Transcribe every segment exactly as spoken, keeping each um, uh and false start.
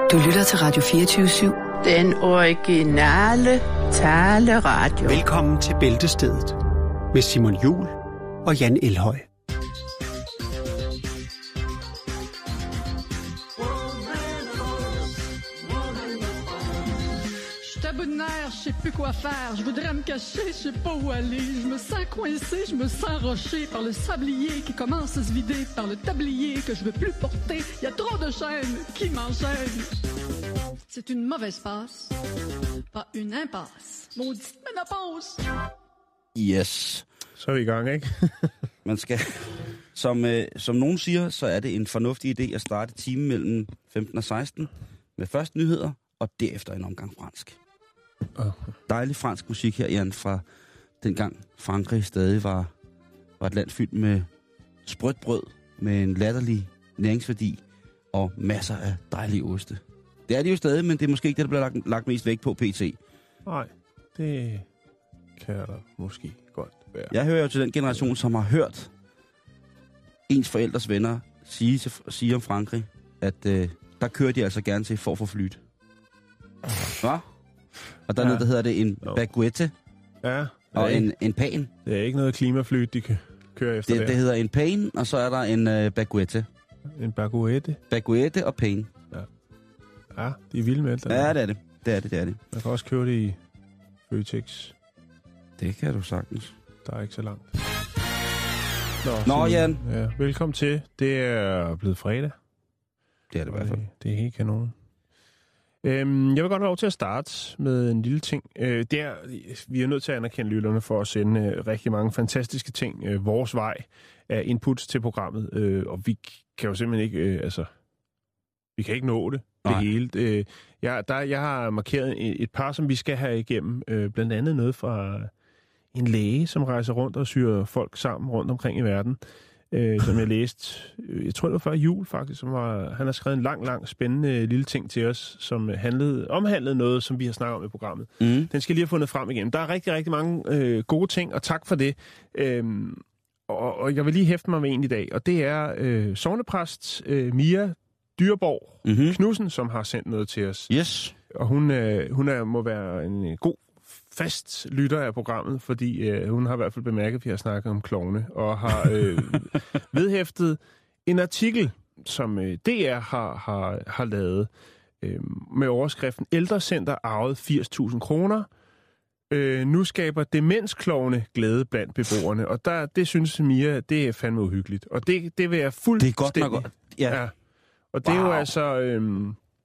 Du lytter til Radio fireogtyve syv. Den originale taleradio. Velkommen til Bæltestedet med Simon Juhl og Jan Elhøj. Je sais plus quoi faire, je voudrais me cacher, je sais pas où aller. Je me sens coincé, je me sens roché par le sablier qui commence à se vider, par le tablier que je veux plus porter. Il y a trop de chaînes qui m'enchaînent. C'est une mauvaise passe, pas une impasse. Maudite ménopause. Yes. Så er vi i gang, ikke? Man skal, som, øh, som nogen siger, så er det en fornuftig idé at starte timen mellem femten og seksten med først nyheder og derefter en omgang fransk. Okay. Dejlig fransk musik her, Jan, fra dengang Frankrig stadig var, var et land fyldt med sprødt brød, med en latterlig næringsværdi og masser af dejlige oste. Det er det jo stadig, men det er måske ikke det, der bliver lagt, lagt mest vægt på P T. Nej, det kan der måske godt være. Jeg hører jo til den generation, som har hørt ens forældres venner sige, til, sige om Frankrig, at øh, der kører de altså gerne til for at få flyt. Hva? Og dernede, ja. Der hedder det en baguette. Ja. Og en, en pan. Det er ikke noget klimaflyt, de kan køre efter det. Det, det hedder en pan, og så er der en uh, baguette. En baguette? Baguette og pan. Ja. Ja, de er vilde med det. Ja, det er det. Det er det, det er det. Man kan også købe det i Føtex. Det kan du sagtens. Der er ikke så langt. Nå, Nå Jan. Ja, velkommen til. Det er blevet fredag. Det er det i hvert fald. Det er helt kanon. Øhm, jeg vil godt have lov til at starte med en lille ting. Øh, det er, vi er nødt til at anerkende lytterne for at sende øh, rigtig mange fantastiske ting øh, vores vej af inputs til programmet. Øh, og vi kan jo simpelthen ikke, øh, altså, vi kan ikke nå det, det hele. Øh, jeg, der, jeg har markeret et, et par, som vi skal have igennem. Øh, blandt andet noget fra en læge, som rejser rundt og syr folk sammen rundt omkring i verden. Øh, som jeg læste, jeg tror det var før jul faktisk, som var, han har skrevet en lang, lang spændende lille ting til os, som handlede, omhandlede noget, som vi har snakket om i programmet. Mm. Den skal lige have fundet frem igen. Der er rigtig, rigtig mange øh, gode ting, og tak for det. Øhm, og, og jeg vil lige hæfte mig med en i dag, og det er øh, sognepræst øh, Mia Dyrborg mm-hmm. Knudsen, som har sendt noget til os. Yes. Og hun, øh, hun er, må være en god fast lytter af programmet, fordi øh, hun har i hvert fald bemærket, at vi har snakket om klovne, og har øh, vedhæftet en artikel, som øh, D R har, har, har lavet øh, med overskriften Ældrecenter arvede firs tusind kroner. Øh, nu skaber demensklovne glæde blandt beboerne, og der, det synes Mia, det er fandme uhyggeligt. Og det, det vil jeg fuldstændig... Det er godt nok. Ja. Ja. Og det wow. er jo altså... Øh,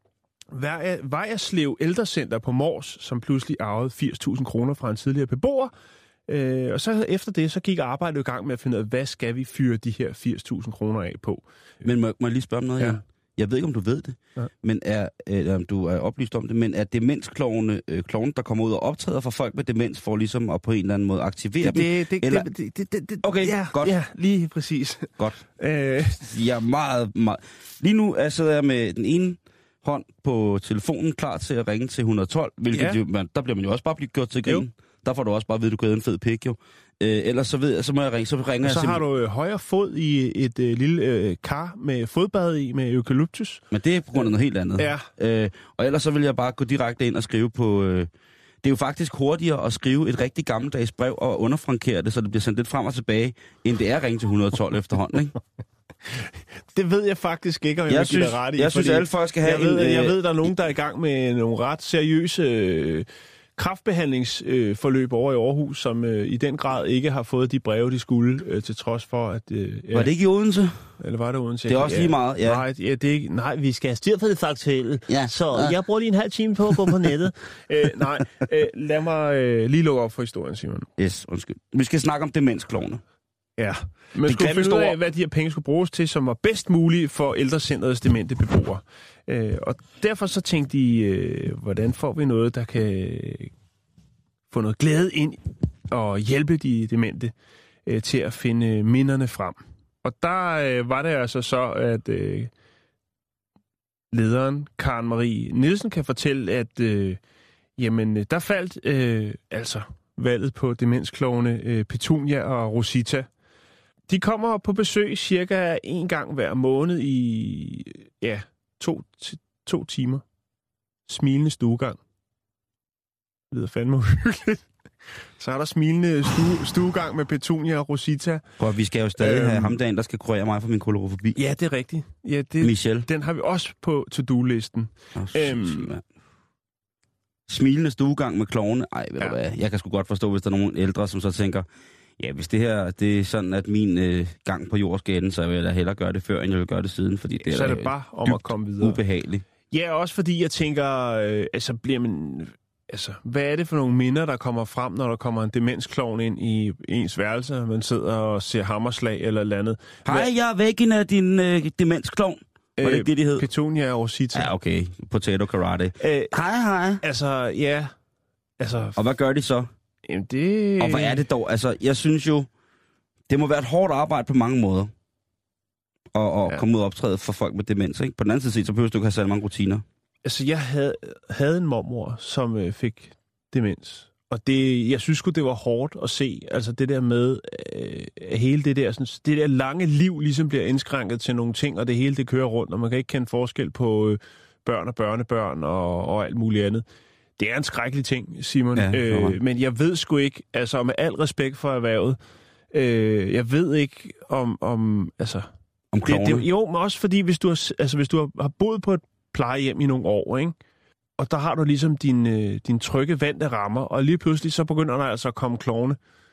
Vejerslev Ældrecenter på Mors, som pludselig arvede firs tusind kroner fra en tidligere beboer. Øh, og så efter det, så gik arbejdet i gang med at finde ud af, hvad skal vi fyre de her firs tusind kroner af på. Men må, må jeg lige spørge om noget, ja. Jan? Jeg ved ikke, om du ved det, ja. men er, eller om du er oplyst om det, men er demensklovne, øh, klovne, der kommer ud og optræder for folk med demens, for ligesom at på en eller anden måde aktivere det, dem? Det, det, eller... det, det, det, det, okay, ja, godt. Ja, lige præcis. Godt. Øh. Jeg er meget, meget... Lige nu er, sidder jeg med den ene hånd på telefonen, klar til at ringe til et et to, hvilket ja. jo, man, der bliver man jo også bare blive gjort til grin. Der får du også bare at vide, at du kan en fed pik, jo. Øh, ellers så ved jeg, så må jeg ringe, så ringer og så jeg har du øh, højre fod i et øh, lille øh, kar med fodbad i, med eukalyptus. Men det er på grund af noget helt andet. Ja. Øh, og ellers så vil jeg bare gå direkte ind og skrive på... Øh, det er jo faktisk hurtigere at skrive et rigtig gammeldags brev og underfrankere det, så det bliver sendt lidt frem og tilbage, end det er at ringe til et et to efterhånden, ikke? Det ved jeg faktisk ikke, om jeg, jeg vil give dig ret i. Jeg synes, alle folk skal have jeg ved, en... Jeg ved, der er nogen, der er i gang med nogle ret seriøse øh, kræftbehandlingsforløb øh, over i Aarhus, som øh, i den grad ikke har fået de breve, de skulle, øh, til trods for, at... Øh, ja. Var det ikke i Odense? Eller var det Odense? Det er også ja. lige meget, ja. Nej, ja, det er ikke, nej, vi skal have styr på det faktuelle, ja. så ja. jeg bruger lige en halv time på at gå på nettet. øh, nej, øh, lad mig øh, lige lukke op for historien, Simon. Yes, undskyld. Vi skal snakke om demensklovne. Ja, man skulle finde ud af, hvad de her penge skulle bruges til, som var bedst muligt for ældrecenterets demente beboere. Øh, og derfor så tænkte de, øh, hvordan får vi noget, der kan få noget glæde ind og hjælpe de demente øh, til at finde minderne frem. Og der øh, var det altså så, at øh, lederen, Karen Marie Nielsen, kan fortælle, at øh, jamen, der faldt øh, altså valget på demensklovne øh, Petunia og Rosita. De kommer på besøg cirka en gang hver måned i ja, to, to timer smilende stuegang. Det lyder fandme uhyggeligt. Så er der smilende stue, stuegang med Petunia og Rosita. Og vi skal jo stadig øhm, have ham derinde, der skal kurere mig for min kolorofobi. Ja, det er rigtigt. Ja, det, Michelle. Den har vi også på to-do-listen. Oh, øhm, smilende stuegang med klovne. Ej, ved ja. du hvad? Jeg kan sgu godt forstå, hvis der er nogle ældre, som så tænker, ja, hvis det her det er sådan, at min øh, gang på jord skal ende, så vil jeg da hellere gøre det før, end jeg vil gøre det siden, fordi det så er, er det bare om at komme videre. Ubehageligt. Ja, også fordi jeg tænker, øh, altså bliver man... Altså, hvad er det for nogle minder, der kommer frem, når der kommer en demensklovn ind i ens værelse, man sidder og ser hammerslag eller et andet? Hej, jeg er væk af din øh, demensklovn. Var det ikke det, de hed? Petunia og Rosita. Ja, okay. Potato karate. Øh, hej, hej. Altså, ja. Altså, og hvad gør de så? Jamen, det... Og hvad er det dog? Altså, jeg synes jo, det må være et hårdt arbejde på mange måder. Og, og ja. komme ud og optræde for folk med demens, ikke? På den anden side, så behøver du ikke have særlig mange rutiner. Altså, jeg havde, havde en mormor, som øh, fik demens. Og det, jeg synes sgu, det var hårdt at se. Altså, det der med, øh, hele det der, sådan, det der lange liv ligesom bliver indskrænket til nogle ting, og det hele, det kører rundt, og man kan ikke kende forskel på øh, børn og børnebørn og, og alt muligt andet. Det er en skrækkelig ting, Simon. Ja, øh, men jeg ved sgu ikke, altså med al respekt for erhvervet, øh, jeg ved ikke om... om altså, om det, det, jo, men også fordi, hvis du har, altså, hvis du har, har boet på et plejehjem i nogle år, ikke? Og der har du ligesom din, øh, din trygge vante rammer, og lige pludselig så begynder der altså at komme klovne.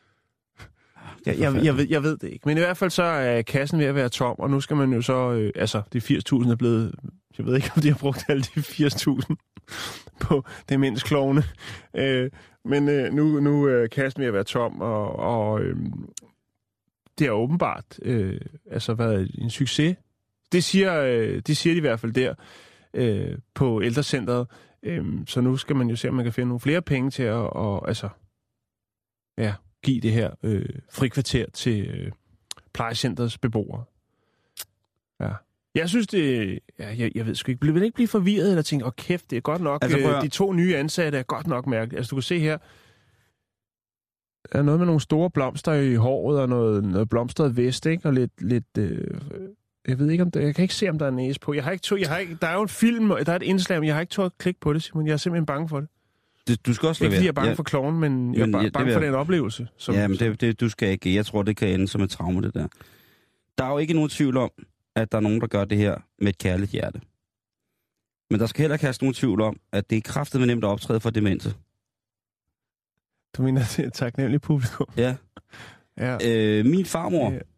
Jeg, jeg, jeg, ved, jeg ved det ikke. Men i hvert fald så er kassen ved at være tom, og nu skal man jo så... Øh, altså, de firs tusind er blevet... Jeg ved ikke, om de har brugt alle de firs tusind på demensklovne. Øh, men øh, nu, nu er kassen ved at være tom, og, og øh, det er åbenbart øh, altså været en succes. Det siger, øh, det siger de i hvert fald der øh, på ældrecentret. Øh, så nu skal man jo se, om man kan finde nogle flere penge til at og, altså, ja, give det her øh, frikvarter til øh, plejecenterets beboere. Ja. Jeg synes, det... Ja, jeg, jeg ved sgu ikke. Vil man ikke blive forvirret eller tænke, åh oh, kæft, det er godt nok... Altså, øh, de to nye ansatte er godt nok mærkeligt. Altså, du kan se her... Der er noget med nogle store blomster i håret og noget, noget blomstret vest, ikke? Og lidt... lidt øh, jeg ved ikke, om der, jeg kan ikke se, om der er næse på. Jeg har ikke to, jeg har ikke, der er jo en film, der er et indslag, men jeg har ikke tået at klikke på det, Simon. Jeg er simpelthen bange for det. det du skal også ikke fordi jeg er bange ja. for klovnen, men jeg er men, ja, bange for den oplevelse. Som, ja, men det, det, du skal ikke. Jeg tror, det kan ende som et traume, det der. Der er jo ikke nogen tvivl om, at der er nogen, der gør det her med et kærligt hjerte. Men der skal heller ikke have nogen tvivl om, at det er kraftedeme nemt at optræde for demente. Du mener, det er et taknemmeligt publikum? Ja. ja. Øh, min farmor, ja.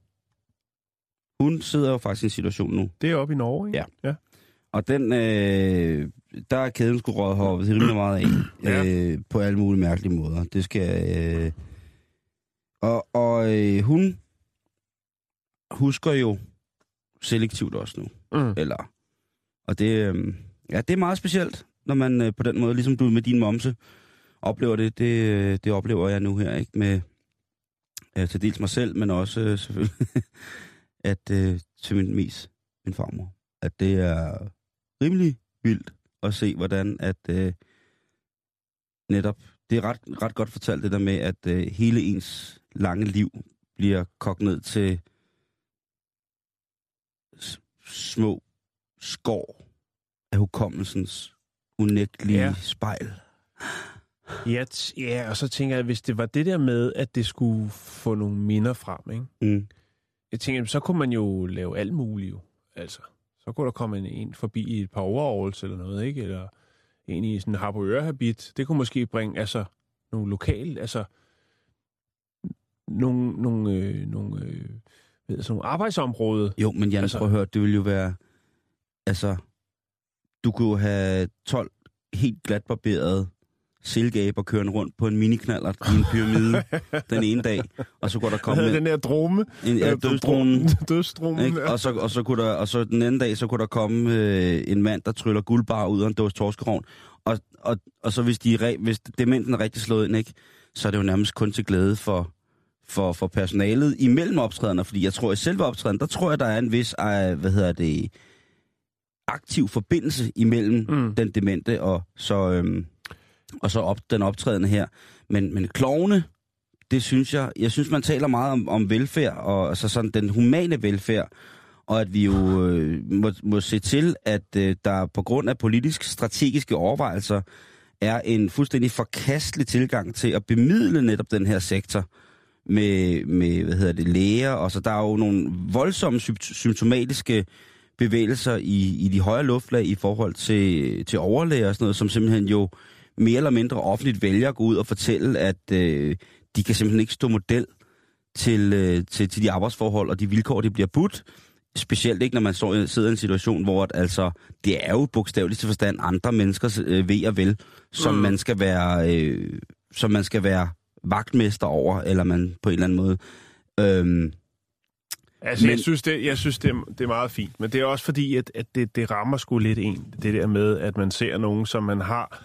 hun sidder jo faktisk i en situation nu. Det er oppe i Norge, ikke? Ja. ja. Og den, øh, der er kæden sgu råd hoppet rimelig meget af, ja. øh, på alle mulige mærkelige måder. Det skal... Øh, og og øh, hun husker jo selektivt også nu. Mm. Eller, og det, øh, ja, det er meget specielt, når man øh, på den måde, ligesom du med din momse, oplever det. Det, det oplever jeg nu her, ikke? Med øh, til dels mig selv, men også øh, selvfølgelig, at øh, til min mis, min farmor, at det er rimelig vildt at se, hvordan at øh, netop, det er ret, ret godt fortalt det der med, at øh, hele ens lange liv bliver kogt ned til små skår af hukommelsens unægtelige ja. spejl. Ja, t- ja, og så tænker jeg, at hvis det var det der med, at det skulle få nogle minder frem, ikke? Mm. Jeg tænker, så kunne man jo lave alt muligt jo. Altså, så kunne der komme en, en forbi i et par overalls eller noget, ikke? Eller en i sådan en harboøre-habit. Det kunne måske bringe, altså, nogle lokale, altså, nogle, nogle, øh, nogle, øh, ved, sådan nogle arbejdsområder. Jo, men Jan, altså, prøv at høre, det ville jo være, altså, du kunne jo have tolv helt glatbarberede silkeaber kørende rundt på en miniknaller i en pyramide den ene dag, og så kunne der komme... Den der drome. En, ja, dødsdronen. Dødsdronen. Og så, og, så kunne der, og så den anden dag, så kunne der komme øh, en mand, der tryller guldbar ud af en dåse torskerovn. Og, og, og så hvis, de, hvis dementen er rigtig slået ind, ikke, så er det jo nærmest kun til glæde for, for, for personalet imellem optræderne, fordi jeg tror, i selve optræden, der tror jeg, der er en vis, øh, hvad hedder det, aktiv forbindelse imellem mm. den demente og så... Øh, og så op, den optrædende her. Men, men klovne, det synes jeg, jeg synes, man taler meget om, om velfærd, og altså sådan den humane velfærd, og at vi jo øh, må, må se til, at øh, der på grund af politisk-strategiske overvejelser er en fuldstændig forkastelig tilgang til at bemidle netop den her sektor med, med hvad hedder det, læger. Og så der er jo nogle voldsomme symptomatiske bevægelser i, i de højere luftlag i forhold til, til overlæger og sådan noget, som simpelthen jo mere eller mindre offentligt vælger at gå ud og fortælle, at øh, de kan simpelthen ikke stå model til, øh, til, til de arbejdsforhold og de vilkår, de bliver budt. Specielt ikke, når man står, sidder i en situation, hvor at, altså, det er jo bogstaveligt til forstand andre menneskers øh, ved og vel, som mm. man skal være, øh, som man skal være vagtmester over, eller man på en eller anden måde. Øhm, altså, men, jeg synes, det, jeg synes det, er, det er meget fint, men det er også fordi, at, at det, det rammer sgu lidt en, det der med, at man ser nogen, som man har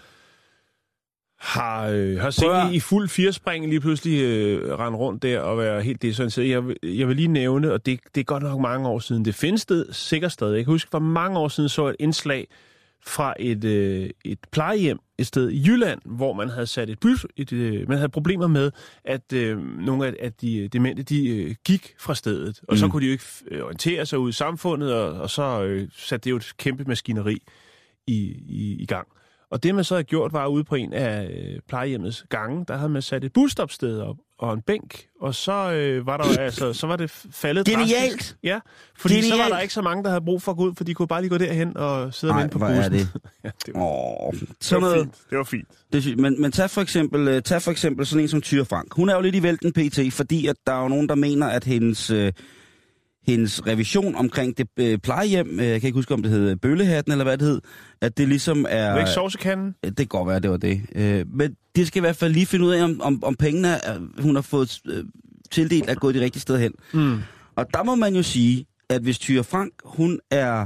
har, øh, har set i, i fuld firespring lige pludselig øh, rende rundt der og være helt desorienteret. Jeg, jeg vil lige nævne, og det, det er godt nok mange år siden, det findes sted, sikkert stadig. Jeg kan huske, for mange år siden så et indslag fra et, øh, et plejehjem et sted i Jylland, hvor man havde sat et bys, et, øh, man havde problemer med, at øh, nogle af, af de demente, de øh, gik fra stedet, og mm. så kunne de jo ikke øh, orientere sig ud i samfundet, og, og så øh, satte det jo et kæmpe maskineri i, i, i gang. Og det, man så havde gjort, var ude på en af øh, plejehjemmets gange, der havde man sat et busstopsted op og en bænk, og så øh, var der altså, så var det faldet Genialt! Drastisk. Ja, fordi Genialt! Så var der ikke så mange, der havde brug for at gå ud, for de kunne bare lige gå derhen og sidde og vente på bussen. Er det? Ja, det var, oh, det var noget, fint. Det var fint. Det, men, men tag for eksempel, tag for eksempel sådan en som Thyra Frank. Hun er jo lidt i vælten pt, fordi at der er jo nogen, der mener, at hendes... Øh, hendes revision omkring det øh, plejehjem, øh, jeg kan ikke huske, om det hed Bøllehatten, eller hvad det hed, at det ligesom er... Det er ikke sovsekanden? Det kan godt være, det var det. Øh, men det skal i hvert fald lige finde ud af, om, om, om pengene, er, hun har fået øh, tildelt, er gået det rigtige sted hen. Mm. Og der må man jo sige, at hvis Thyra Frank, hun er,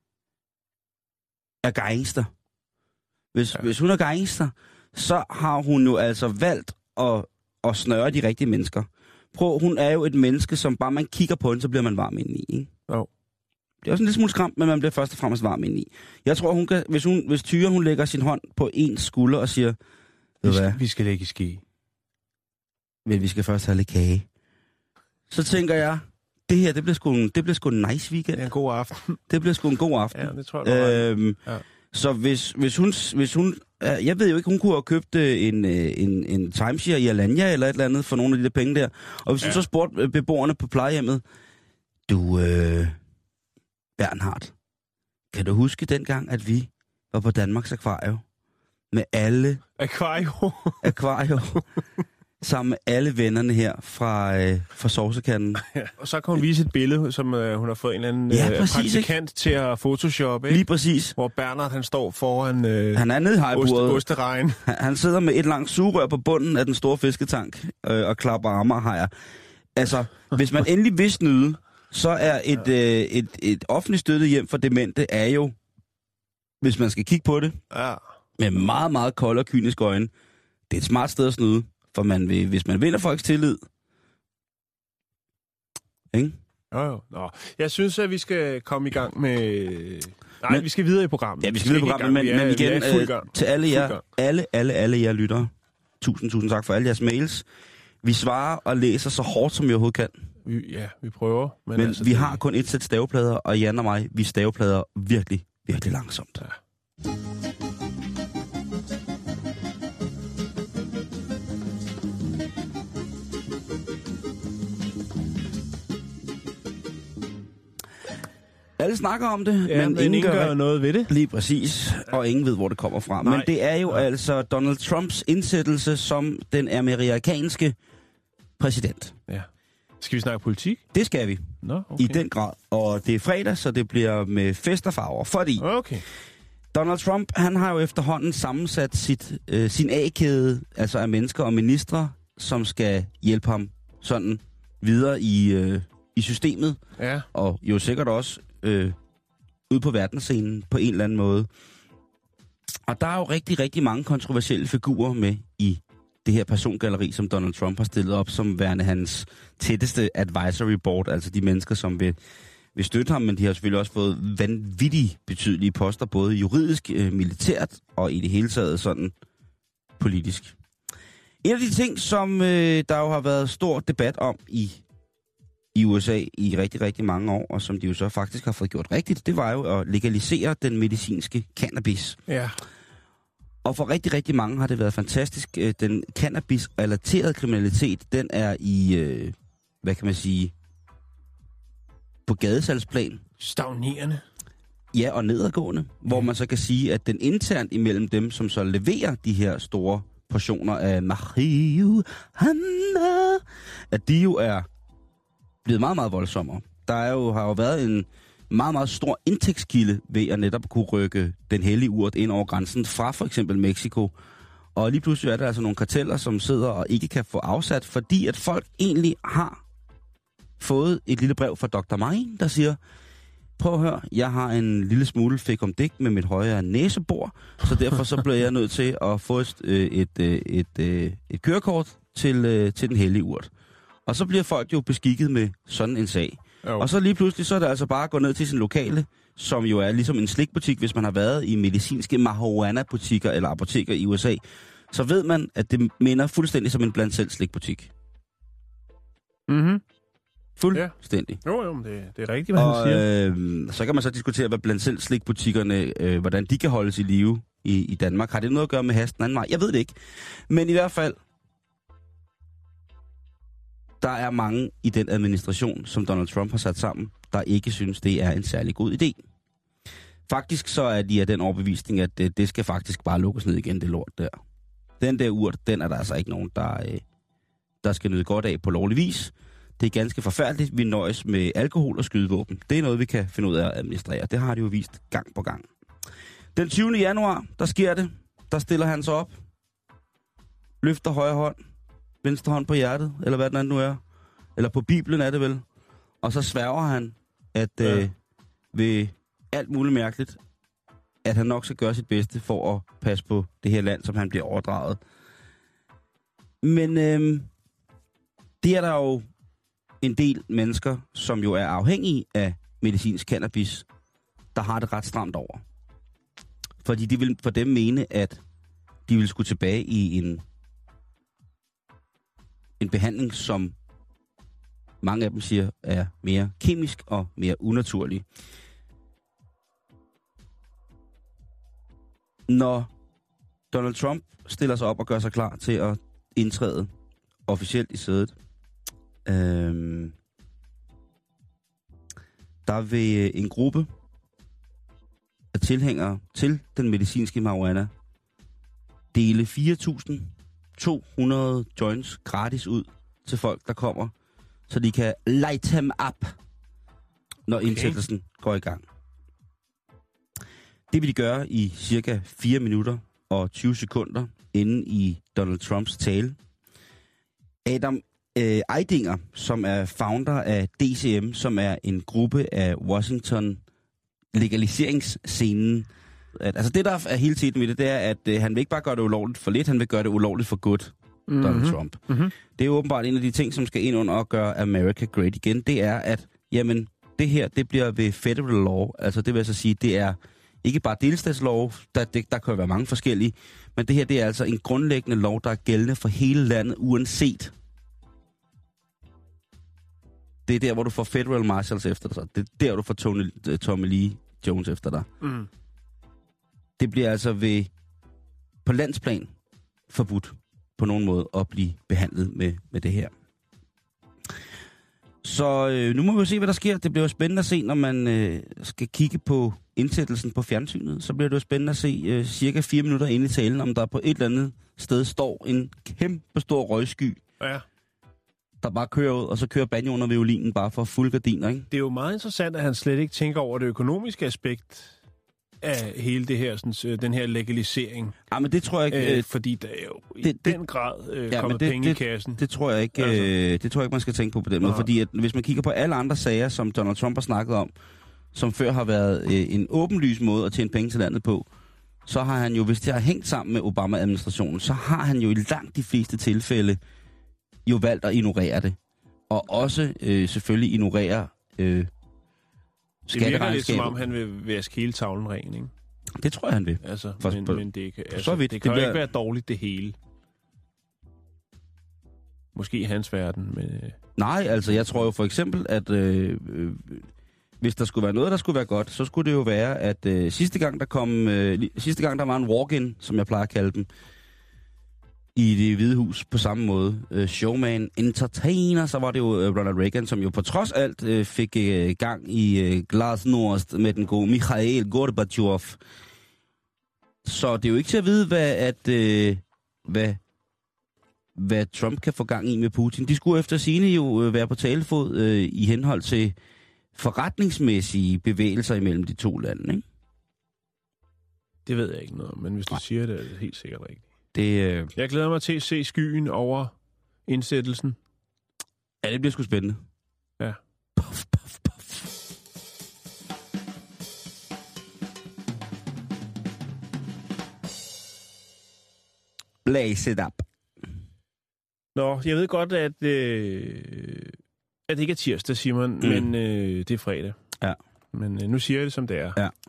er gangster, hvis, ja. hvis hun er gangster, så har hun jo altså valgt at, at snøre de rigtige mennesker. Prøv, hun er jo et menneske, som bare man kigger på hende, så bliver man varm indeni, ikke? Jo. Det er også en lille smule skræmt, men man bliver først og fremmest varm indeni. Jeg tror, hun kan, hvis, hun, hvis Thyra, hun lægger sin hånd på ens skulder og siger, vi skal, vi skal lægge i ski. Men vi skal først have lidt kage. Så tænker jeg, det her, det bliver sgu en, det bliver sgu en nice weekend. Det er en god aften. Det bliver sgu en god aften. Ja, det tror jeg, øhm, ja. Så hvis, hvis hun... Hvis hun jeg ved jo ikke, hun kunne have købt en, en, en timeshare i Alanya eller et eller andet for nogle af de der penge der. Og hvis ja. hun så spurgte beboerne på plejehjemmet, du, øh, Bernhard, kan du huske dengang, at vi var på Danmarks Akvario med alle... Akvario? Akvario. Sammen med alle vennerne her fra, øh, fra sovsekanden. Ja, og så kan hun vise et billede, som øh, hun har fået en eller anden ja, øh, præcis, praktikant ikke? til at photoshoppe. Ikke? Lige præcis. Hvor Bernhard, han står foran øh, han er nede i hejbordet. Osteregn. Han, han sidder med et langt sugerør på bunden af den store fisketank øh, og klapper Amagerhajer. Altså, hvis man endelig vil snyde, så er et, øh, et, et offentligt støttet hjem for demente er jo, hvis man skal kigge på det, ja. med meget, meget kolde og kyniske øjne, det er et smart sted at snyde. For man vil, hvis man vinder folks tillid, ikke? Jo, jo. Nå. Jeg synes, at vi skal komme i gang med... Nej, men, vi skal videre i programmet. Ja, vi skal videre i programmet, men, men igen, øh, til alle jer, alle, alle, alle jer lyttere, tusind, tusind tak for alle jeres mails. Vi svarer og læser så hårdt, som vi overhovedet kan. Vi, ja, vi prøver. Men, men altså, vi det... har kun et sæt staveplader, og Jan og mig, vi staveplader virkelig, virkelig langsomt. Ja. Alle snakker om det, ja, men, men ingen, ingen gør, gør noget ved det. Lige præcis, og ingen ved, hvor det kommer fra. Nej. Men det er jo Nej. altså Donald Trumps indsættelse som den amerikanske præsident. Ja. Skal vi snakke politik? Det skal vi. Nå, okay. I den grad. Og det er fredag, så det bliver med fest og farver. Fordi okay. Donald Trump, han har jo efterhånden sammensat sit, øh, sin A-kæde, altså af mennesker og ministre, som skal hjælpe ham sådan videre i, øh, i systemet. Ja. Og jo sikkert også øh, ude på verdensscenen på en eller anden måde. Og der er jo rigtig, rigtig mange kontroversielle figurer med i det her persongalleri, som Donald Trump har stillet op som værende hans tætteste advisory board, altså de mennesker, som vil, vil støtte ham, men de har selvfølgelig også fået vanvittigt betydelige poster, både juridisk, øh, militært og i det hele taget sådan politisk. En af de ting, som øh, der jo har været stor debat om i i U S A i rigtig, rigtig mange år, og som de jo så faktisk har fået gjort rigtigt, det var jo at legalisere den medicinske cannabis. Ja. Og for rigtig, rigtig mange har det været fantastisk. Den cannabis-relaterede kriminalitet, den er i, øh, hvad kan man sige, på gadesalgsplan. Stagnerende. Ja, og nedadgående, ja. Hvor man så kan sige, at den internt imellem dem, som så leverer de her store portioner af marihuana, at de jo er blevet meget, meget voldsommere. Der er jo, har jo været en meget, meget stor indtægtskilde ved at netop kunne rykke den hellige urt ind over grænsen fra for eksempel Mexico. Og lige pludselig er der altså nogle karteller, som sidder og ikke kan få afsat, fordi at folk egentlig har fået et lille brev fra doktor Marin, der siger, prøv at høre, jeg har en lille smule fikumdik med mit højre næsebor, så derfor så bliver jeg nødt til at få et, et, et, et, et kørekort til, til den hellige urt. Og så bliver folk jo beskikket med sådan en sag. Jo. Og så lige pludselig, så er det altså bare at gå ned til sin lokale, som jo er ligesom en slikbutik, hvis man har været i medicinske marihuana-butikker eller apoteker i U S A. Så ved man, at det minder fuldstændig som en blandt selv slikbutik. Mhm. Fuldstændig. Ja. Jo, jo, det, det er rigtigt, hvad og, han siger. Øh, så kan man så diskutere, hvad blandt selv slikbutikkerne, øh, hvordan de kan holdes i live i, i Danmark. Har det noget at gøre med hasten anden vej? Jeg ved det ikke. Men i hvert fald, der er mange i den administration, som Donald Trump har sat sammen, der ikke synes, det er en særlig god idé. Faktisk så er de af den overbevisning, at det, det skal faktisk bare lukkes ned igen, det lort der. Den der urt, den er der altså ikke nogen, der, øh, der skal nyde godt af på lovlig vis. Det er ganske forfærdeligt. Vi nøjes med alkohol og skydevåben. Det er noget, vi kan finde ud af at administrere. Det har de jo vist gang på gang. Den tyvende januar, der sker det. Der stiller han sig op. Løfter højre hånd. Venstre hånd på hjertet, eller hvad den anden nu er. Eller på Bibelen er det vel. Og så sværger han, at ja. øh, ved alt muligt mærkeligt, at han nok skal gøre sit bedste for at passe på det her land, som han bliver overdraget. Men øh, det er der jo en del mennesker, som jo er afhængige af medicinsk cannabis, der har det ret stramt over. Fordi de vil for dem mene, at de vil skulle tilbage i en, en behandling, som mange af dem siger er mere kemisk og mere unaturlig. Når Donald Trump stiller sig op og gør sig klar til at indtræde officielt i sædet, øhm, der vil en gruppe af tilhængere til den medicinske marihuana dele fire tusind to hundrede joints gratis ud til folk, der kommer, så de kan light them up, når okay. indsættelsen går i gang. Det vil de gøre i cirka fire minutter og tyve sekunder inde i Donald Trumps tale. Adam øh, Eidinger, som er founder af D C M, som er en gruppe af Washington legaliseringsscenen. At, altså det, der er hele tiden med det, det er, at øh, han vil ikke bare gøre det ulovligt for lidt, han vil gøre det ulovligt for godt, mm-hmm. Donald Trump. Mm-hmm. Det er åbenbart en af de ting, som skal ind under at gøre America great igen. Det er, at jamen, det her, det bliver ved federal law. Altså det vil altså sige, det er ikke bare delstatslov, der, det, der kan være mange forskellige, men det her, det er altså en grundlæggende lov, der er gældende for hele landet, uanset. Det er der, hvor du får federal marshals efter dig. Det er der, du får Tony, Tommy Lee Jones efter dig. Mm. Det bliver altså ved, på landsplan forbudt på nogen måde at blive behandlet med, med det her. Så øh, nu må vi jo se, hvad der sker. Det bliver jo spændende at se, når man øh, skal kigge på indsættelsen på fjernsynet. Så bliver det jo spændende at se øh, cirka fire minutter inde i talen, om der på et eller andet sted står en kæmpe stor røgsky, ja. Der bare kører ud, og så kører banjoen og violinen bare for fuld gardiner, ikke? Det er jo meget interessant, at han slet ikke tænker over det økonomiske aspekt af hele det her, sådan, den her legalisering. Ja, men det tror jeg ikke... Øh, fordi der er jo i det, den grad øh, ja, kommet det, penge det, i kassen. Det, det tror jeg ikke, altså. øh, det tror jeg ikke, man skal tænke på på den måde. Fordi at, hvis man kigger på alle andre sager, som Donald Trump har snakket om, som før har været øh, en åbenlys måde at tjene penge til landet på, så har han jo, hvis det har hængt sammen med Obama-administrationen, så har han jo i langt de fleste tilfælde jo valgt at ignorere det. Og også øh, selvfølgelig ignorere øh, skatteregnskabet. Det virker lidt som om, han vil vaske hele tavlen ren, ikke? Det tror jeg, han vil. Altså, for, men, for, men det kan, altså, så vidt, det kan det jo bliver... ikke være dårligt, det hele. måske i hans verden, men... Øh... Nej, altså jeg tror jo for eksempel, at øh, øh, hvis der skulle være noget, der skulle være godt, så skulle det jo være, at øh, sidste gang der kom, øh, sidste gang der var en walk-in, som jeg plejer at kalde dem, i Det Hvide Hus på samme måde, øh, showman, entertainer, så var det jo øh, Ronald Reagan, som jo på trods alt øh, fik øh, gang i øh, glasnost med den gode Mikhail Gorbachev. Så det er jo ikke til at vide, hvad, at, øh, hvad, hvad Trump kan få gang i med Putin. De skulle efter sigende jo øh, være på talefod øh, i henhold til forretningsmæssige bevægelser imellem de to lande, ikke? Det ved jeg ikke noget om, men hvis du Nej. siger det, er det helt sikkert rigtigt. Det, øh... Jeg glæder mig til at se skyen over indsættelsen. Ja, det bliver sgu spændende. Ja. Puff, puff, puff. Blaze it up. Nå, jeg ved godt, at, øh, at det ikke er tirsdag, Simon, mm. men øh, det er fredag. Ja. Men øh, nu siger jeg det, som det er. Ja.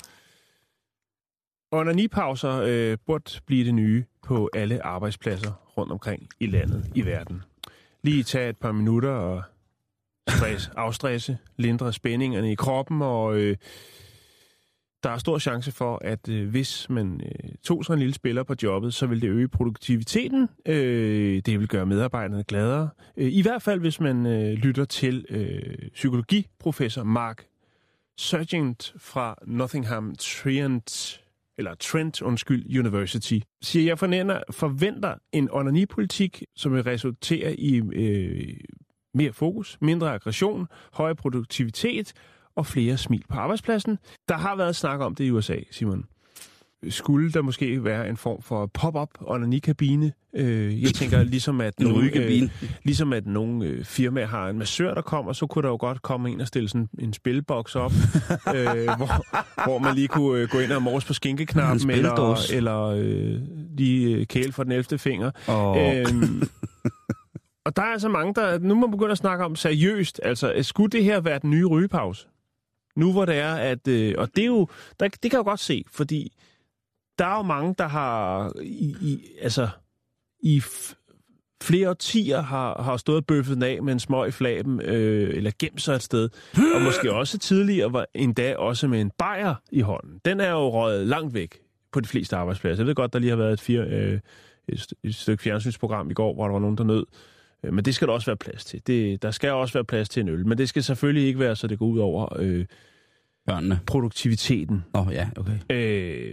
Onanipauser øh, burde blive det nye på alle arbejdspladser rundt omkring i landet, i verden. Lige tage et par minutter og stress, afstresse, lindre spændingerne i kroppen, og øh, der er stor chance for, at øh, hvis man øh, tog sådan en lille spiller på jobbet, så vil det øge produktiviteten. Øh, det vil gøre medarbejderne gladere. Øh, I hvert fald, hvis man øh, lytter til øh, psykologiprofessor Mark Sargent fra Nottingham Trent, eller Trent, undskyld, University, siger, jeg forventer, forventer en onanipolitik, som vil resultere i øh, mere fokus, mindre aggression, højere produktivitet og flere smil på arbejdspladsen. Der har været snak om det i U S A, Simon. Skulle der måske være en form for pop-up onanikabine? Øh, jeg tænker, ligesom at nogle, øh, ligesom at nogle øh, firmaer har en massør, der kommer, så kunne der jo godt komme en og stille sådan en spilboks op, øh, hvor, hvor man lige kunne øh, gå ind og morse på skinkeknappen, eller, eller øh, lige øh, kæle for den ellevte finger. Oh. Øhm, og der er altså mange, der... Nu må man begynde at snakke om seriøst. Altså, skulle det her være den nye rygepause? Nu hvor det er, at... Øh, og det er jo... Der, det kan jeg jo godt se, fordi der er jo mange, der har... I, i, altså, i f- flere årtier har, har stået og bøffet den af med en smøg i flaben, øh, eller gemt sig et sted. Og måske også tidligere var endda også med en bajer i hånden. Den er jo røget langt væk på de fleste arbejdspladser. Jeg ved godt, der lige har været et, fire, øh, et, et stykke fjernsynsprogram i går, hvor der var nogen, der nød. Men det skal der også være plads til. Det, der skal også være plads til en øl. Men det skal selvfølgelig ikke være, så det går ud over øh, børnene. Produktiviteten. Åh oh, ja, okay. Øh,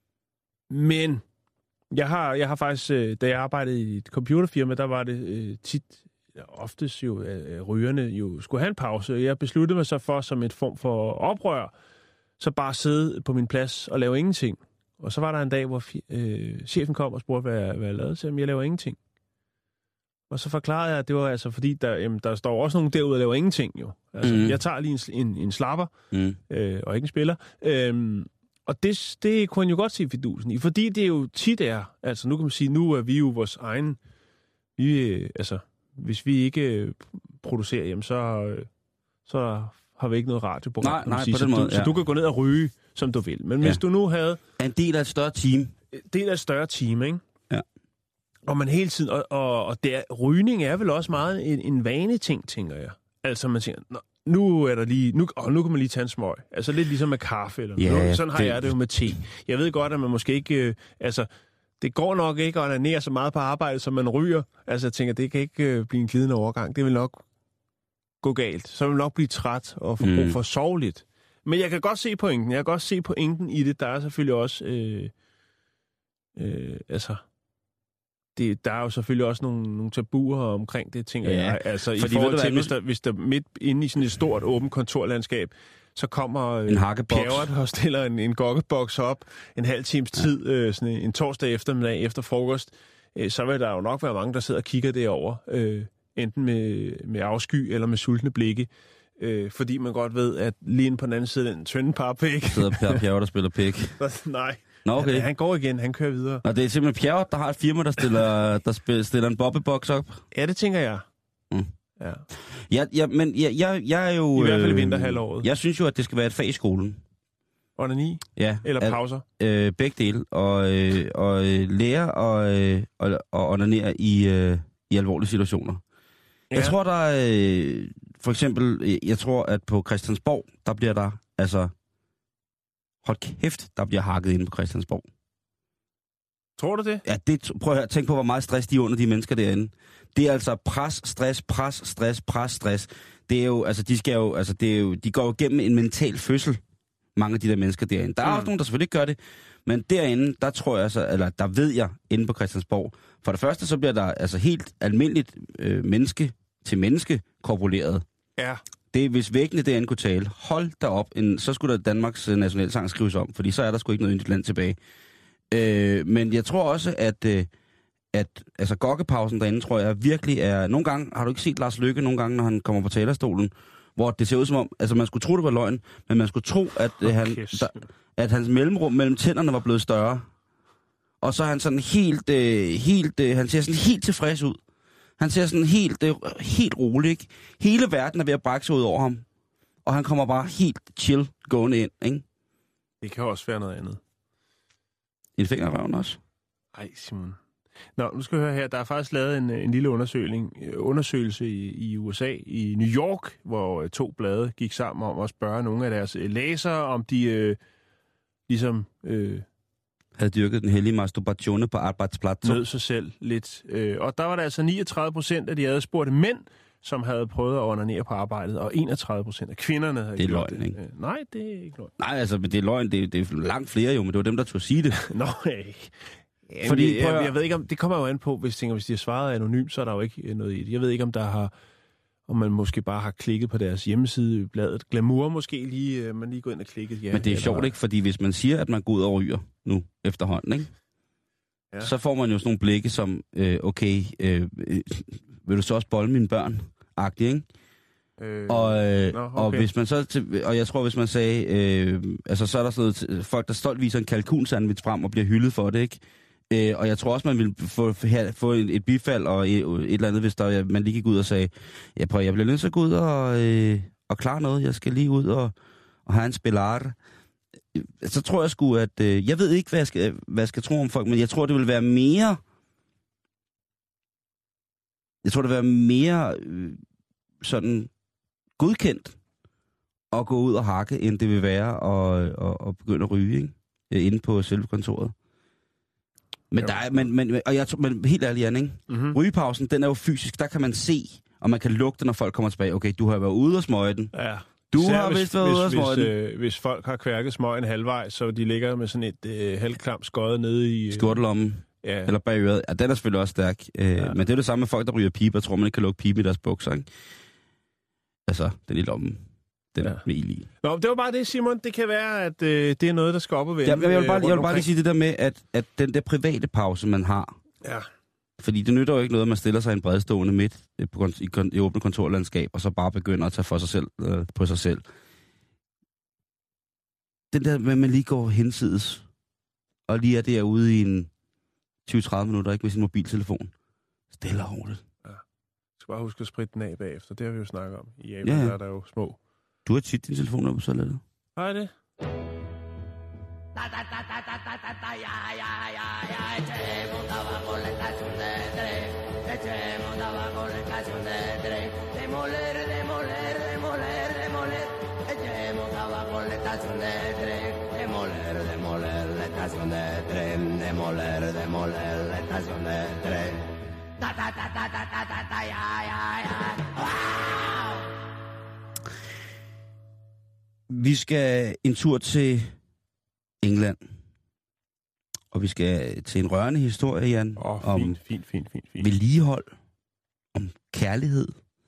men jeg har, jeg har faktisk, øh, da jeg arbejdede i et computerfirma, der var det øh, tit, oftest jo, øh, rygerne jo skulle have en pause. Jeg besluttede mig så for, som et form for oprør, så bare sidde på min plads og lave ingenting. Og så var der en dag, hvor øh, chefen kom og spurgte, hvad, hvad jeg lavede. Så jeg laver ingenting. Og så forklarede jeg, at det var altså fordi, der, jamen, der står også nogen derude, der laver ingenting jo. Altså, mm. jeg tager lige en, en, en slapper, mm. øh, og ikke en spiller. Øhm, og det, det kunne han jo godt se fidusen i, fordi det jo tit er, altså nu kan man sige, nu er vi jo vores egen, vi, øh, altså, hvis vi ikke øh, producerer, jamen så, øh, så har vi ikke noget radioprogram. Nej, nej, sige. på Så, den måde, du, ja. så du kan gå ned og ryge, som du vil. Men ja. hvis du nu havde... En del af et større team. Del af et større team, ikke? Ja. Og man hele tiden, og, og, og der, rygning er vel også meget en, en vane ting, tænker jeg. Altså man tænker, nu er der lige, nu, åh, nu kan man lige tage en smøg. Altså lidt ligesom med kaffe eller yeah, noget. Sådan har det... jeg det jo med te. Jeg ved godt, at man måske ikke, øh, altså det går nok ikke at onanere så meget på arbejde, som man ryger. Altså jeg tænker, det kan ikke øh, blive en glidende overgang. Det vil nok gå galt. Så vil man nok blive træt og få brug for mm. sove lidt. Men jeg kan godt se pointen. Jeg kan godt se pointen i det. Der er selvfølgelig også, øh, øh, altså... Det, der er jo selvfølgelig også nogle, nogle tabuer omkring det, tænker ja, jeg. Altså i forhold til, hvis der, hvis der midt inde i sådan et stort, åbent kontorlandskab, så kommer en Pjerrot og stiller en, en gokkeboks op en halv times tid, ja. øh, sådan en, en torsdag eftermiddag efter frokost, øh, så vil der jo nok være mange, der sidder og kigger derover, øh, enten med, med afsky eller med sultne blikke, øh, fordi man godt ved, at lige inde på den anden side af den tynde parpæk... sidder Pjerrot og spiller pæk. Nej. Nå, okay. Ja, han går igen, han kører videre. Og det er simpelthen Pjerrot, der har et firma, der stiller, der stiller en bobbeboks op? Ja, det tænker jeg. Mm. Ja. Ja, ja, men jeg, jeg, jeg er jo... I hvert fald i vinterhalvåret. Jeg synes jo, at det skal være et fag i skolen. Onani? Ja. Eller pauser? At, øh, begge dele. Og, øh, og øh, lære og, øh, og, og onanere i, øh, i alvorlige situationer. Ja. Jeg tror, der er... Øh, for eksempel, jeg tror, at på Christiansborg, der bliver der... Altså... Hold kæft, der bliver hakket inde på Christiansborg. Tror du det? Ja, det, prøv at høre, tænk på, hvor meget stress de er under, de mennesker derinde. Det er altså pres, stress, pres, stress, pres, stress. Det er jo, altså, de skal jo, altså, det er jo, de går jo gennem en mental fødsel, mange af de der mennesker derinde. Der er mm. også nogen, der selvfølgelig ikke gør det, men derinde, der tror jeg altså, eller der ved jeg, inde på Christiansborg, for det første, så bliver der altså helt almindeligt øh, menneske til menneske korpuleret. Ja. Det er, hvis væggene derinde kunne tale, hold da op, en, så skulle der Danmarks nationalsang skrives om, fordi så er der sgu ikke noget yndigt land tilbage. Øh, men jeg tror også, at, øh, at altså, gokkepausen derinde, tror jeg virkelig er... Nogle gange, har du ikke set Lars Løkke nogle gange, når han kommer på talerstolen, hvor det ser ud som om... Altså, man skulle tro, det var løgn, men man skulle tro, at, øh, han, der, at hans mellemrum mellem tænderne var blevet større. Og så er han sådan helt... Øh, helt øh, han ser sådan helt tilfreds ud. Han ser sådan helt, øh, helt rolig, ikke? Hele verden er ved at brække sig ud over ham. Og han kommer bare helt chill gående ind, ikke? Det kan også være noget andet. En finger i røven også. Ej, Simon. Nå, nu skal vi høre her. Der er faktisk lavet en, en lille undersøgning, undersøgelse i, i U S A, i New York, hvor to blade gik sammen om at spørge nogle af deres læsere, om de øh, ligesom... Øh, havde dyrket den hellige masturbation på arbejdspladsen. Nød sig selv lidt. Øh, og der var der altså niogtredive procent af de adspurgte mænd, som havde prøvet at onanere på arbejdet, og enogtredive procent af kvinderne havde det er gjort løgn, det. Ikke? Øh, nej, det er ikke løgn. Nej, altså, men det er løgn. Det er, det er langt flere jo, men det var dem, der turde sige det. Nå, hey. Jamen, Fordi, jeg, jeg, jeg ved ikke om, det kommer jo an på, hvis, tænker, hvis de har svaret anonymt, så er der jo ikke noget i det. Jeg ved ikke, om der har, om man måske bare har klikket på deres hjemmeside, bladet Glamour måske lige, man lige går ind og klikket. Ja, men det er sjovt, ikke? Fordi hvis man siger, at man går ud og ryger nu efterhånden, ikke? Ja. Så får man jo sådan nogle blikke som, øh, okay, øh, øh, vil du så også bolle mine børn? Agtigt, ikke? Øh, og, øh, Nå, okay. og hvis man så, til, og jeg tror, hvis man sagde, øh, altså så er der sådan noget, folk, der stolt viser en kalkunsandwich frem og bliver hyldet for det, ikke? Øh, og jeg tror også, man vil få, her, få et, et bifald og et, et eller andet, hvis der, man lige gik ud og sagde, ja, prøv, jeg bliver nødt til at gå ud og, øh, og klare noget, jeg skal lige ud og, og have en spillare. Så tror jeg sgu, at, øh, jeg ved ikke, hvad jeg, skal, hvad jeg skal tro om folk, men jeg tror, det vil være mere, jeg tror, det vil være mere øh, sådan godkendt at gå ud og hakke, end det vil være at, at, at begynde at ryge, ikke? Inde på selve kontoret. Men, der er, men, men, og jeg, men helt ærligt, Jan, ikke? Mm-hmm. Rygepausen, den er jo fysisk. Der kan man se, og man kan lugte, når folk kommer tilbage. Okay, du har været ude og smøge den. Ja. Du Især har hvis, vist været ude og smøge den. Øh, hvis folk har kværket smøgen halvvejs, så de ligger med sådan et øh, halvklamt skøjet nede i... Øh, skjortelommen. Ja. Eller bag øret. Ja, den er selvfølgelig også stærk. Øh, ja. Men det er det samme med folk, der ryger pibe. Jeg tror, man ikke kan lukke pibe i deres bukser, ikke? Altså, den i lommen. Den ja. Med ild i. Nå, det var bare det, Simon. Det kan være, at øh, det er noget, der skal op og vende. Ja, jeg vil bare, jeg vil bare lige sige det der med, at, at den der private pause, man har... Ja. Fordi det nytter jo ikke noget, at man stiller sig i en bredstående midt på, i, i åbne kontorlandskab, og så bare begynder at tage for sig selv, øh, på sig selv. Den der med, at man lige går hensides, og lige er derude i en tyve til tredive minutter, ikke med sin mobiltelefon. Stille og roligt. Ja. Jeg skal bare huske at spritte den af bagefter. Det har vi jo snakket om. I Japan ja, ja. Der er der jo små. Du har tit din telefon op på så lidt. Har jeg det? Vi skal en tur til England. Og vi skal til en rørende historie, Jan. Åh, oh, om fint, fint, fint, fint, fint. Vedligehold, om kærlighed,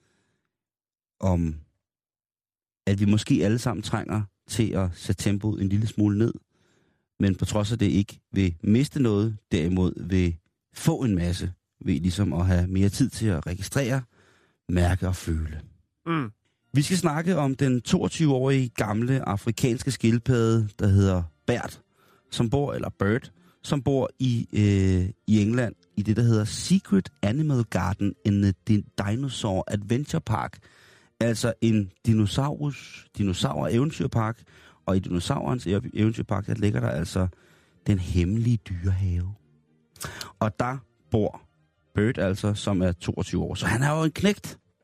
om at vi måske alle sammen trænger til at sætte tempoet en lille smule ned, men på trods af det ikke vil miste noget, derimod vil få en masse, ved ligesom at have mere tid til at registrere, mærke og føle. Mm. Vi skal snakke om den toogtyve-årige gamle afrikanske skildpadde, der hedder Bert, som bor, eller Bert, som bor i, øh, i England, i det, der hedder Secret Animal Garden in the Dinosaur Adventure Park. Altså en dinosaurus, dinosaur-eventyrpark, og i dinosaurens eventyrpark, der ligger der altså den hemmelige dyrehave. Og der bor Bert altså, som er toogtyve år. Så han er jo en knægt.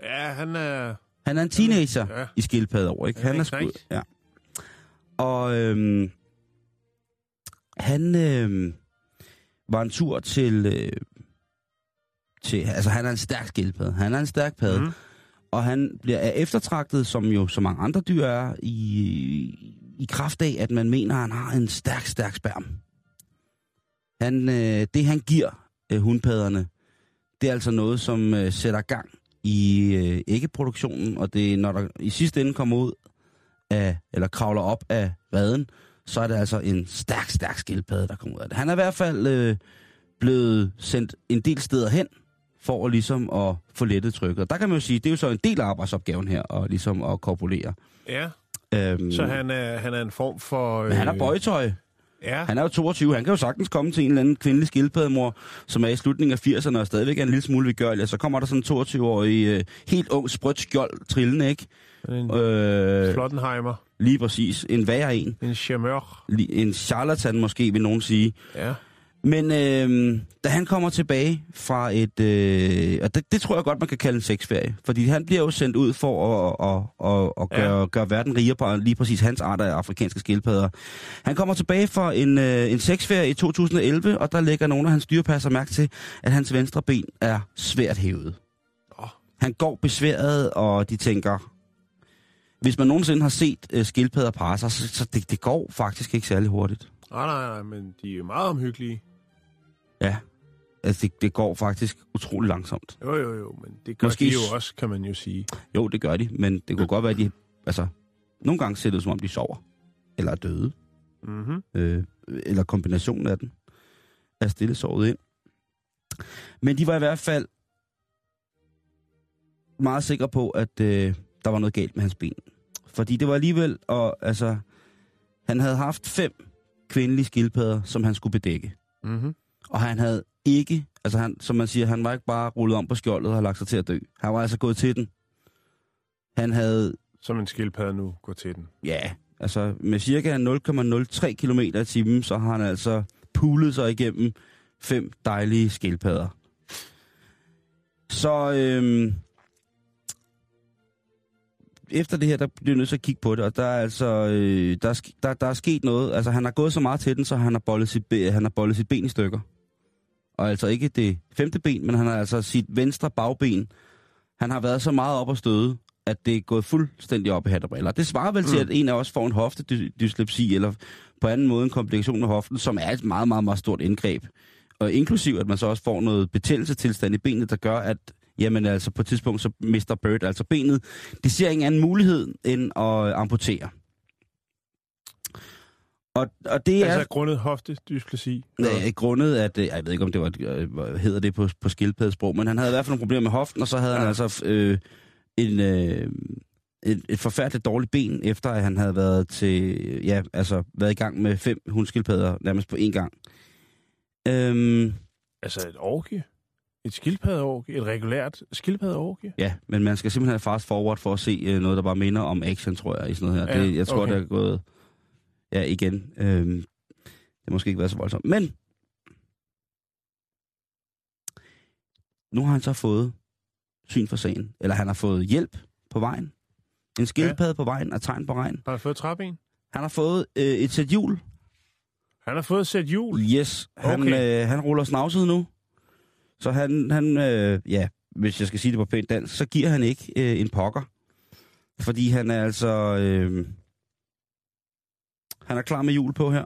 Ja, han er... Han er en teenager ja. i skildpaddeår, ikke? Ja, han er sgu... Ja. Og øhm, han øhm, var en tur til... Øh, til... Altså, han er en stærk skildpadde. Han er en stærk padde. Mm. Og han bliver er eftertragtet, som jo så mange andre dyr er, i, i kraft af, at man mener, at han har en stærk, stærk sperm. Han, øh, det, han giver øh, hundpadderne, det er altså noget, som øh, sætter gang i øh, æggeproduktionen, og det når der i sidste ende kommer ud af, eller kravler op af reden, så er det altså en stærk, stærk skildpadde, der kommer ud af det. Han er i hvert fald øh, blevet sendt en del steder hen, for at ligesom at få lettet trykket. Der kan man jo sige, det er jo så en del af arbejdsopgaven her, og ligesom at korpulere. Ja, øhm, så han er, han er en form for... Øh... Men han er bøjetøj. Ja. Han er jo toogtyve. Han kan jo sagtens komme til en eller anden kvindelig skildpaddemor, som er i slutningen af firserne og stadigvæk er en lille smule vigørlig. Så kommer der sådan en toogtyve-årig, øh, helt ung, sprødt skjold trillende, ikke? En øh, Flottenheimer. Lige præcis. En værre en. En charmeur. En charlatan måske, vil nogen sige. Ja. Men øh, da han kommer tilbage fra et... Øh, og det, det tror jeg godt, man kan kalde en sexferie. Fordi han bliver jo sendt ud for at, at, at, at gøre, ja. gøre verden rigere på lige præcis hans art af afrikanske skildpadder. Han kommer tilbage fra en, øh, en sexferie i to tusind og elleve, og der lægger nogle af hans dyrepasser mærke til, at hans venstre ben er svært hævet. Oh. Han går besværet, og de tænker... Hvis man nogensinde har set øh, skildpadder parre sig, så, så det, det går faktisk ikke særlig hurtigt. Nej, nej, nej, men de er jo meget omhyggelige. Ja, altså det, det går faktisk utrolig langsomt. Jo, jo, jo, men det gør Måske... de jo også, kan man jo sige. Jo, det gør de, men det kunne godt være, at de... Altså, nogle gange ser det ud, som om de sover. Eller er døde. Mm-hmm. Øh, eller kombinationen af den. Er stille sovet ind. Men de var i hvert fald meget sikre på, at øh, der var noget galt med hans ben. Fordi det var alligevel... Og, altså, han havde haft fem kvindelige skildpadder, som han skulle bedække. Mm-hmm. Og han havde ikke, altså han, som man siger, han var ikke bare rullet om på skjoldet og havde lagt sig til at dø. Han var altså gået til den. Han havde... Som en skildpadde nu går til den. Ja, altså med cirka nul komma nul tre kilometer i timen, så har han altså pulet sig igennem fem dejlige skildpadder. Så øhm, efter det her, der bliver nødt til at kigge på det, og der er altså øh, der, er, der, der er sket noget. Altså han har gået så meget til den, så han har bollet sit, han har bollet sit ben i stykker. Og altså ikke det femte ben, men han har altså sit venstre bagben. Han har været så meget op og støde, at det er gået fuldstændig op i hat og briller. Det svarer vel mm. til, at en af os får en hoftedyslepsi, eller på anden måde en komplikation med hoften, som er et meget, meget, meget stort indgreb. Og inklusiv, at man så også får noget betændelsestilstand i benet, der gør, at jamen altså på et tidspunkt, så mister Bird altså benet. Det ser ingen anden mulighed, end at amputere. Og, og det altså er... grundet hoftedysplasi? Nej, grundet at... Jeg ved ikke, om det var... Hvad hedder det på, på skildpaddesprog, men han havde i hvert fald nogle problemer med hoften, og så havde ja. han altså øh, en, øh, et, et forfærdeligt dårligt ben, efter at han havde været til... Ja, altså været i gang med fem hundskildpadder nærmest på én gang. Øhm, altså et orgie? Et skildpaddeorgie? Et regulært skildpaddeorgie? Ja, men man skal simpelthen have fast forward for at se øh, noget, der bare minder om action, tror jeg, i sådan noget her. Ja, det, jeg tror, okay. det er gået... Ja, igen. Øhm, det har måske ikke været så voldsomt. Men nu har han så fået syn for sagen. Eller han har fået hjælp på vejen. En skildpadde ja. på vejen og tegn på vejen. Har han fået træben? Han har fået øh, et sæt hjul. Han har fået et sæt hjul? Yes. Han, okay. øh, han ruller snavset nu. Så han, han øh, ja, hvis jeg skal sige det på pænt dansk, så giver han ikke øh, en pokker. Fordi han er altså... Øh, Han er klar med hjul på her.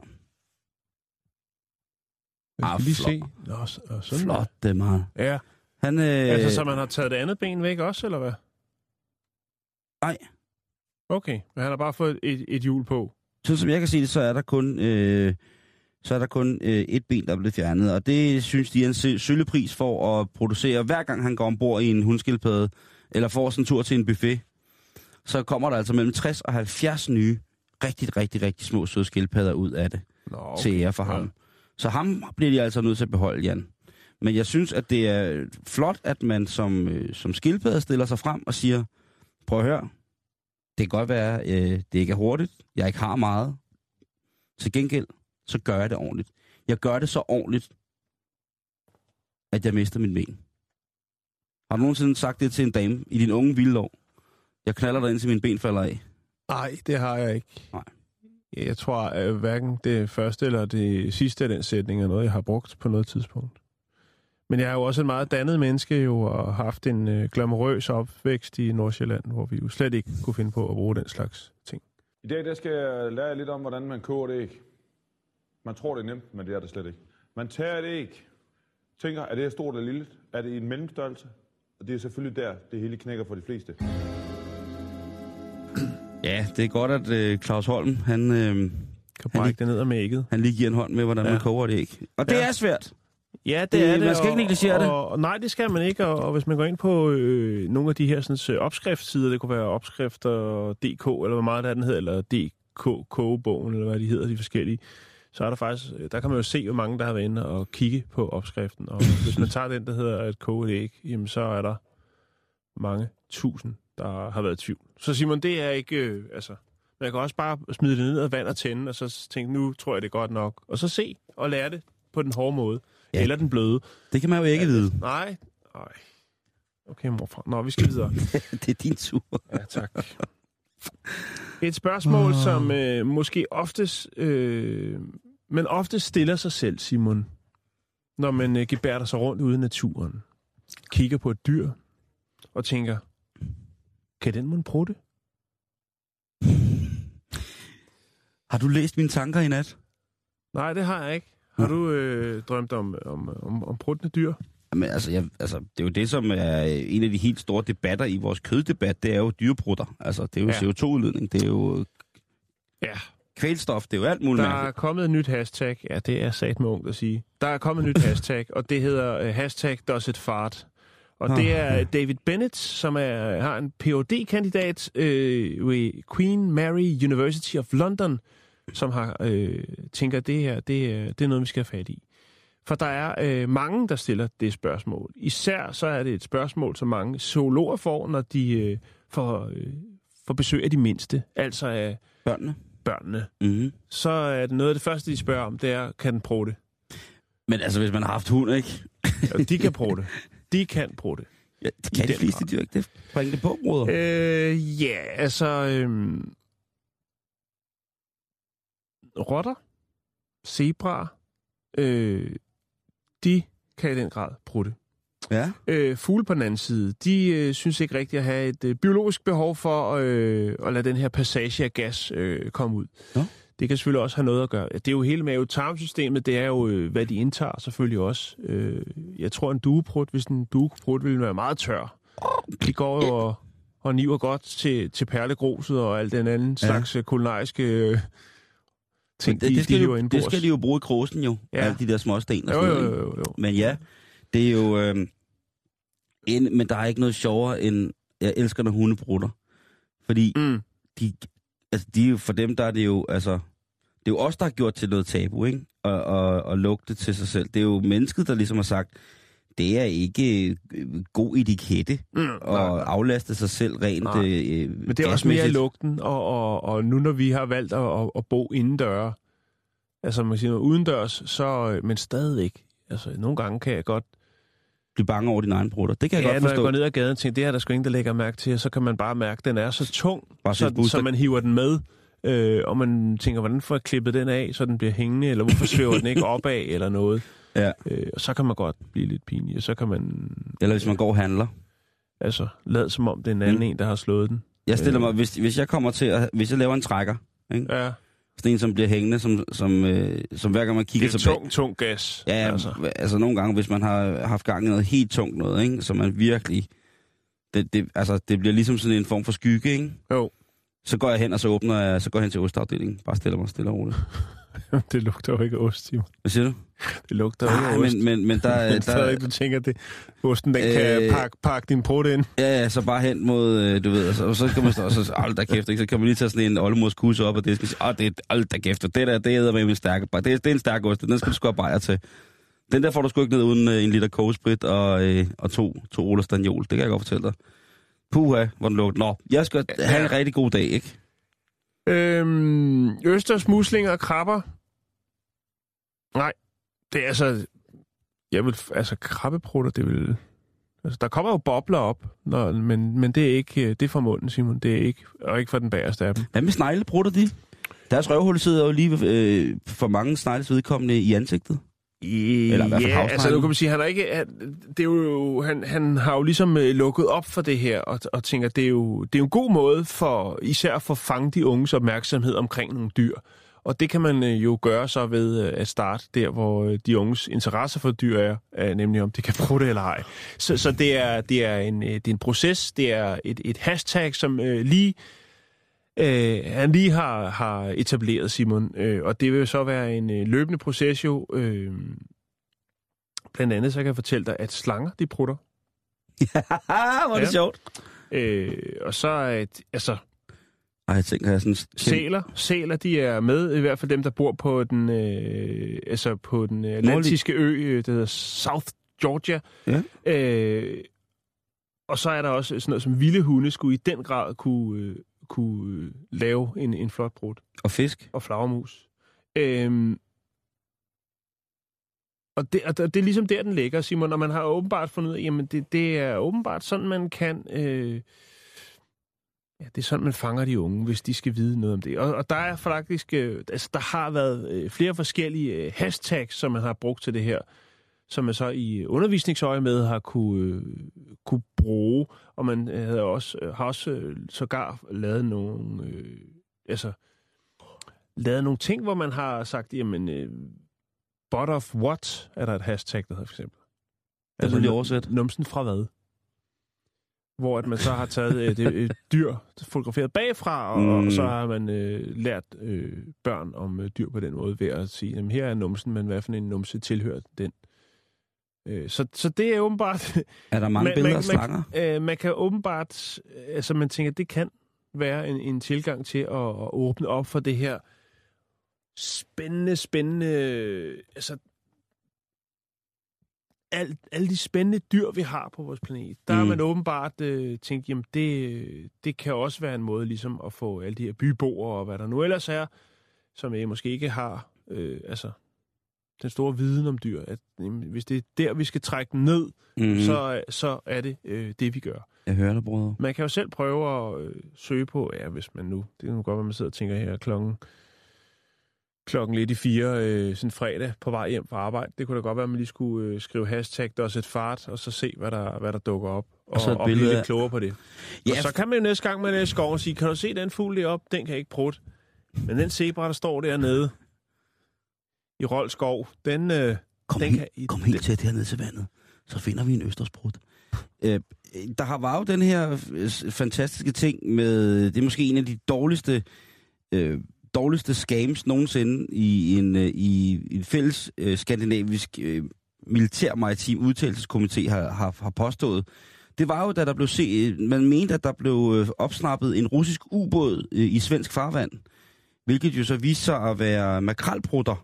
Jeg ah, lige se. Nå, sådan flot, det er meget. Ja. Han, øh... Altså, så man har taget det andet ben væk også, eller hvad? Nej. Okay, men han har bare fået et, et hjul på. Så som jeg kan sige det, så er der kun, øh, så er der kun øh, et ben, der er blevet fjernet. Og det synes de er en sølvpris for at producere, hver gang han går ombord i en hundskildpadde, eller får sådan en tur til en buffet, så kommer der altså mellem tres og halvfjerds nye rigtig, rigtig, rigtig små søde skildpadder ud af det. Nå, okay. Til ære for ham. Ja. Så ham bliver de altså nødt til at beholde, Jan. Men jeg synes, at det er flot, at man som, øh, som skildpadder stiller sig frem og siger, prøv at høre, det kan godt være, øh, det ikke er hurtigt, jeg ikke har meget. Til gengæld, så gør jeg det ordentligt. Jeg gør det så ordentligt, at jeg mister min ben. Har du nogensinde sagt det til en dame i din unge vilde år? Jeg knalder dig ind til mine ben falder af. Nej, det har jeg ikke. Nej. Jeg tror, at hverken det første eller det sidste af den sætning er noget, jeg har brugt på noget tidspunkt. Men jeg er jo også en meget dannet menneske jo, og har haft en øh, glamourøs opvækst i Nordsjælland, hvor vi jo slet ikke kunne finde på at bruge den slags ting. I dag der skal jeg lære jer lidt om, hvordan man koger et æg. Man tror, det er nemt, men det er det slet ikke. Man tager et æg, tænker, er det her stort eller lille? Er det i en mellemstørrelse? Og det er selvfølgelig der, det hele knækker for de fleste. Ja, det er godt, at øh, Claus Holm, han, øh, kan brække det ned med ægget. Han lige giver en hånd med, hvordan ja. man koger et æg. Og det ja. er svært. Ja, det, det er det. Man skal og, ikke negligere det. Og, og, nej, det skal man ikke. Og, og hvis man går ind på øh, nogle af de her sådan, opskriftssider, det kunne være opskrifter punktum d k, eller hvor meget det den hedder, eller D K kogebogen, eller hvad de hedder, de forskellige, så er der faktisk, der kan man jo se, hvor mange der har været inde og kigge på opskriften. Og hvis man tager den, der hedder at koge et æg, jamen så er der mange tusind, der har været i tvivl. Så Simon, det er ikke, øh, altså, man kan også bare smide det ned af vand og tænde, og så tænke, nu tror jeg, det er godt nok. Og så se og lære det på den hårde måde. Ja. Eller den bløde. Det kan man jo ikke ja, vide. Nej. Nej. Okay, morfar. Nå, vi skal videre. Det er din tur. Ja, tak. Et spørgsmål, oh. som øh, måske oftest, øh, men ofte stiller sig selv, Simon, når man øh, gebærder sig rundt ude i naturen, kigger på et dyr og tænker, kan den mon prutte? Har du læst mine tanker i nat? Nej, det har jeg ikke. Har ja. du øh, drømt om, om, om, om pruttende dyr? Jamen, altså, jeg, altså, det er jo det, som er en af de helt store debatter i vores køddebat, det er jo dyreprutter. Altså, det er jo ja. C O to udledning, det er jo ja. kvælstof, det er jo alt muligt. Der er kommet et nyt hashtag, ja, det er satme ungt at sige. Der er kommet et nyt hashtag, og det hedder uh, hashtag does it fart. Og oh, det er ja. David Bennett, som er, har en P H D-kandidat øh, ved Queen Mary University of London, som har øh, tænker, det her, det, det er noget, vi skal have fat i. For der er øh, mange, der stiller det spørgsmål. Især så er det et spørgsmål, som mange zoologer får, når de øh, får, øh, får besøg af de mindste, altså af børnene. børnene. Mm-hmm. Så er det noget af det første, de spørger om, det er, kan den prutte? Men altså, hvis man har haft hund, ikke? Ja, de kan prutte. De kan prutte. Ja, de kan de fleste dyr, ikke? Det bringer det på, broder. Øh, ja, altså... Øh, rotter, zebraer, øh, de kan i den grad prutte. Ja. Øh, fugle på den anden side, de øh, synes ikke rigtigt at have et øh, biologisk behov for øh, at lade den her passage af gas øh, komme ud. Ja. Det kan selvfølgelig også have noget at gøre. Det er jo hele mave-tarmsystemet, det er jo, øh, hvad de indtager selvfølgelig også. Øh, jeg tror, en dueprut, hvis en dueprut ville være meget tør. De går jo og, og niver godt til, til perlegruset og alt den anden slags ja. kulinariske... Øh, Ting, det, de, det, skal de, jo, det skal de jo bruge i krosen jo, ja. Alle de der små sten og sådan jo, jo, jo, jo. Men ja, det er jo... Øh, en, men der er ikke noget sjovere end... Jeg elsker, når hunde brutter. Fordi mm. de, altså, de er jo, for dem, der er det jo... Altså, det er jo os, der har gjort til noget tabu, ikke? Og, og, og lugte til sig selv. Det er jo mennesket, der ligesom har sagt, det er ikke god etikette mm, at aflaste sig selv rent øh, men det er også mere lugten, og, og, og nu når vi har valgt at, at bo indendøre, altså man siger noget udendørs, så, men stadigvæk, altså nogle gange kan jeg godt blive bange over dine egne brutter. Det kan jeg ja, godt forstå. Ja, når jeg går ned ad gaden og tænker, det her der sgu ingen, der lægger mærke til, og så kan man bare mærke, at den er så tung, så, så man hiver den med, øh, og man tænker, hvordan får jeg klippet den af, så den bliver hængende, eller hvorfor svæver den ikke opad, eller noget. Ja. Øh, og så kan man godt blive lidt pinlig, og så kan man... Eller hvis man går og handler. Altså, lad som om det er en anden mm. en, der har slået den. Jeg stiller mig, hvis, hvis jeg kommer til at... Hvis jeg laver en trækker, ikke? Ja. Sådan en, som bliver hængende, som, som, øh, som hver gang man kigger tilbage... Det er tung, tung gas. Ja, altså. altså nogle gange, hvis man har haft gang i noget helt tungt noget, ikke? Så man virkelig... Det, det, altså, det bliver ligesom sådan en form for skygge, ikke? Jo. Så går jeg hen, og så åbner jeg... Så går jeg hen til ostafdelingen. Bare stiller mig stille og roligt. Det lugter jo ikke af ost, Simon. Hvad siger du? Det lugter jo ikke af ost. Men, men, men der... men der ikke, du tænker, at osten den øh, kan pakke, pakke din brud ind. Ja, ja, så bare hen mod, du ved, og så skal man stå, og så ald da kæft, ikke? Så kan man lige tage sådan en oldemors kusse op, og det skal sige, åh, det er ald da kæft, det der, det er med en stærk, det er, det er en stærk ost, den skal du sgu have bajer til. Den der får du sgu ikke ned uden en liter kogesprit og, øh, og to, to Ola Stanjol, det kan jeg godt fortælle dig. Puha, hvor den lugter. Nå, jeg skal have en rigtig god dag, ikke? Øhm, østers, muslinger og krabber. Nej, det er altså... Jeg vil... Altså, krabbeprutter, det vil... Altså, der kommer jo bobler op, når, men, men det er ikke det er fra munden, Simon. Det er ikke, og ikke fra den bagerste af dem. Hvad med snegle, bruger de? Deres røvhul sidder jo lige øh, for mange snegles vedkommende i ansigtet. I, Eller i hvert fald ja, altså nu kan man sige, han er ikke, han, det er jo, han, han har jo ligesom øh, lukket op for det her, og, og tænker, det er, jo, det er jo en god måde for, især for at fange de unges opmærksomhed omkring nogle dyr. Og det kan man øh, jo gøre så ved øh, at starte der, hvor øh, de unges interesse for dyr er, øh, nemlig om det kan bruge det eller ej. Så, så det, er, det, er en, øh, det er en proces, det er et, et hashtag, som øh, lige... Øh, han lige har, har etableret, Simon, øh, og det vil jo så være en øh, løbende proces jo. Øh, blandt andet så kan jeg fortælle dig, at slanger, de prutter. Ja, hvor er det ja. sjovt. Øh, og så at, altså... Ej, jeg tænker, jeg sådan... Sæler, sæler, de er med, i hvert fald dem, der bor på den, øh, altså på den atlantiske ø, der hedder South Georgia. Ja. Øh, og så er der også sådan noget som vilde hunde, skulle i den grad kunne... Øh, kunne lave en, en flot brud. Og fisk. Og flagermus. Øhm, og, det, og det er ligesom der, den ligger, Simon, og man har åbenbart fundet ud af, jamen det, det er åbenbart sådan, man kan... Øh, ja, det er sådan, man fanger de unge, hvis de skal vide noget om det. Og, og der er faktisk... Øh, altså, der har været øh, flere forskellige øh, hashtags, som man har brugt til det her, som man så i undervisningsøje med har kunne, øh, kunne bruge, og man havde også, har også øh, sågar lavet nogle, øh, altså, lavet nogle ting, hvor man har sagt, jamen, øh, but of what, er der et hashtag, der hedder for eksempel. Altså lige oversæt. Numsen fra hvad? Hvor at man så har taget et, et, et dyr fotograferet bagfra, og, mm. og så har man øh, lært øh, børn om øh, dyr på den måde ved at sige, jamen her er numsen, men hvad for en numse tilhører den? Så, så det er åbenbart... Er der mange man, billeder af slanger? Man, øh, man kan åbenbart... Altså, man tænker, det kan være en, en tilgang til at, at åbne op for det her spændende, spændende... Altså, al, alle de spændende dyr, vi har på vores planet. Der mm. har man åbenbart øh, tænkt, jamen, det, det kan også være en måde ligesom at få alle de her byboer og hvad der nu ellers er, som jeg måske ikke har... Øh, altså... den store viden om dyr, at jamen, hvis det er der, vi skal trække den ned, mm-hmm. så, så er det øh, det, vi gør. Jeg hører dig, bror. Man kan jo selv prøve at øh, søge på, ja, hvis man nu, det kan godt være, man sidder og tænker her klokken, klokken lidt i fire, øh, sådan fredag på vej hjem fra arbejde. Det kunne da godt være, at man lige skulle øh, skrive hashtag does it fart, og så se, hvad der, hvad der dukker op, og, og, så og blive lidt klogere på det. Ja. Og så kan man jo næste gang, man er i skoven, sige, kan du se den fugl deroppe? Den kan ikke prutte. Men den zebra, der står dernede, i Rold skov, den... Øh, kom, den helt, kan, kom helt tæt hernede til vandet, så finder vi en østersprut. Øh, der har var jo den her fantastiske ting med... Det er måske en af de dårligste, øh, dårligste scams nogensinde i en, øh, i en fælles øh, skandinavisk øh, militær-maritim udtalelseskomité har, har, har påstået. Det var jo, da der blev set... Man mente, at der blev øh, opsnappet en russisk ubåd øh, i svensk farvand, hvilket jo så viste sig at være makrelprutter.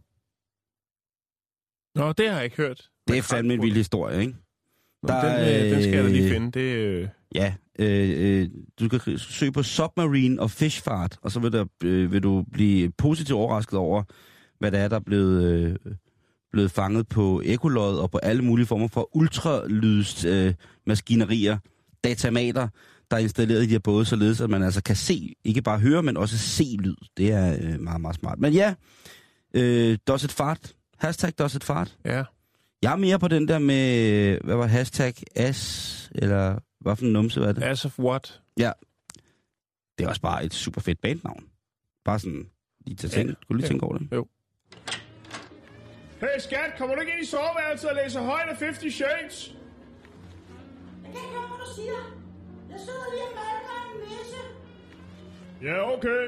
Nå, det har jeg ikke hørt. Det er fandme en vild historie, ikke? Nå, der, den, øh, den skal jeg da lige finde. Det, øh... Ja, øh, øh, du kan søge på submarine og fish fart, og så vil, der, øh, vil du blive positivt overrasket over, hvad der er, der er blevet, øh, blevet fanget på ekkolod og på alle mulige former for ultralyds øh, maskinerier, datamater, der er installeret i de her både, således at man altså kan se, ikke bare høre, men også se lyd. Det er øh, meget, meget smart. Men ja, øh, does it fart? Hashtag does it fart? Ja. Jeg er mere på den der med, hvad var hashtag as, eller hvad for en numse var det? As of what? Ja. Det er også bare et super fedt bandnavn. Bare sådan, lige til at tænke. Ja. Skulle lige tænke over det? Jo. Hey skat, kommer du ikke ind i soveværelset og læser højt af Fifty Shades? Jeg kan ikke høre, hvad du siger. Jeg sidder lige og malker en messe. Ja, okay.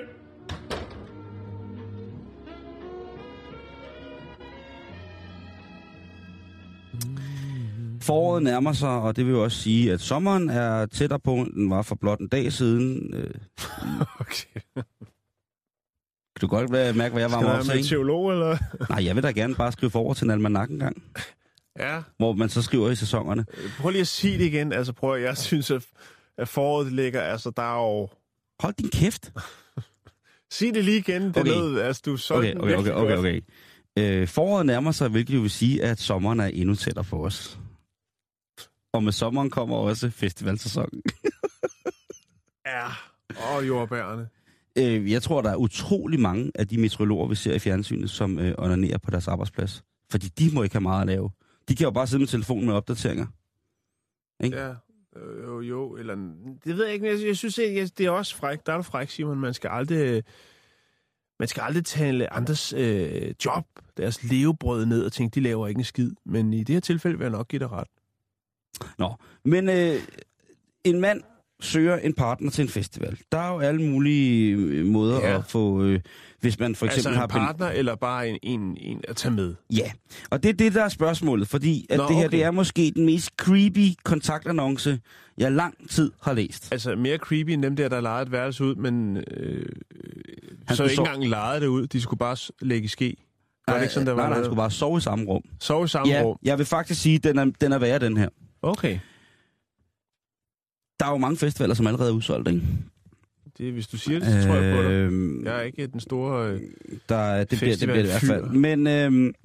Foråret nærmer sig, og det vil jo også sige, at sommeren er tættere på, end den var for blot en dag siden. Okay. Kan du godt mærke, hvad jeg var med op til? Skal du teolog, eller? Nej, jeg vil da gerne bare skrive forår til en almanak en gang. Ja. Hvor man så skriver i sæsonerne. Prøv lige at sige det igen. Altså prøv, jeg synes, at foråret ligger, altså der er jo... Hold din kæft. Sig det lige igen. Det okay. er noget, altså du solgte okay, okay, okay, okay, okay. Øh, foråret nærmer sig, hvilket jo vil sige, at sommeren er endnu tættere for os. Og med sommeren kommer også festivalsæsonen. Ja, og jordbærerne. Øh, jeg tror, der er utrolig mange af de meteorologer, vi ser i fjernsynet, som øh, onanerer på deres arbejdsplads. Fordi de må ikke have meget at lave. De kan jo bare sidde med telefonen med opdateringer. Ikke? Ja, øh, jo, jo. Eller, det ved jeg ikke, men jeg, jeg synes, det, det er også frækt. Der er du fræk, Simon. Man skal aldrig, man skal aldrig tale andres øh, job, deres levebrød ned og tænke, de laver ikke en skid. Men i det her tilfælde vil jeg nok give dig ret. Nå, men øh, en mand søger en partner til en festival. Der er jo alle mulige måder ja. at få, øh, hvis man for eksempel altså har... en partner, ben... eller bare en, en, en at tage med? Ja, og det er det, der er spørgsmålet, fordi at Nå, det her okay. det er måske den mest creepy kontaktannonce, jeg lang tid har læst. Altså mere creepy end dem der, der lejede et værelse ud, men øh, så ikke sove... engang lejede det ud. De skulle bare lægge i ske. Var Nej, det ikke sådan, der nej, var nej, han skulle bare sove i samme rum. Sove i samme ja, rum? Jeg vil faktisk sige, at den er, den er værre, den her. Okay. Der er jo mange festivaler, som allerede er udsolgt, ikke? Det, hvis du siger det, så tror jeg på dig. Øhm, Jeg er ikke den store øh, der, det, bliver, det bliver det i hvert fald. fyr. Men øhm,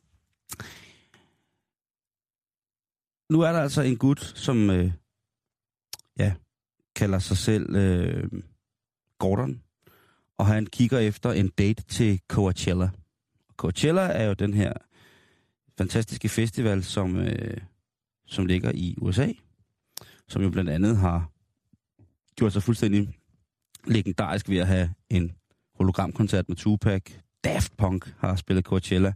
nu er der altså en gut, som øh, ja, kalder sig selv øh, Gordon, og han kigger efter en date til Coachella. Coachella er jo den her fantastiske festival, som, øh, som ligger i U S A, som jo blandt andet har gjort sig fuldstændig legendarisk ved at have en hologramkoncert med Tupac. Daft Punk har spillet Coachella.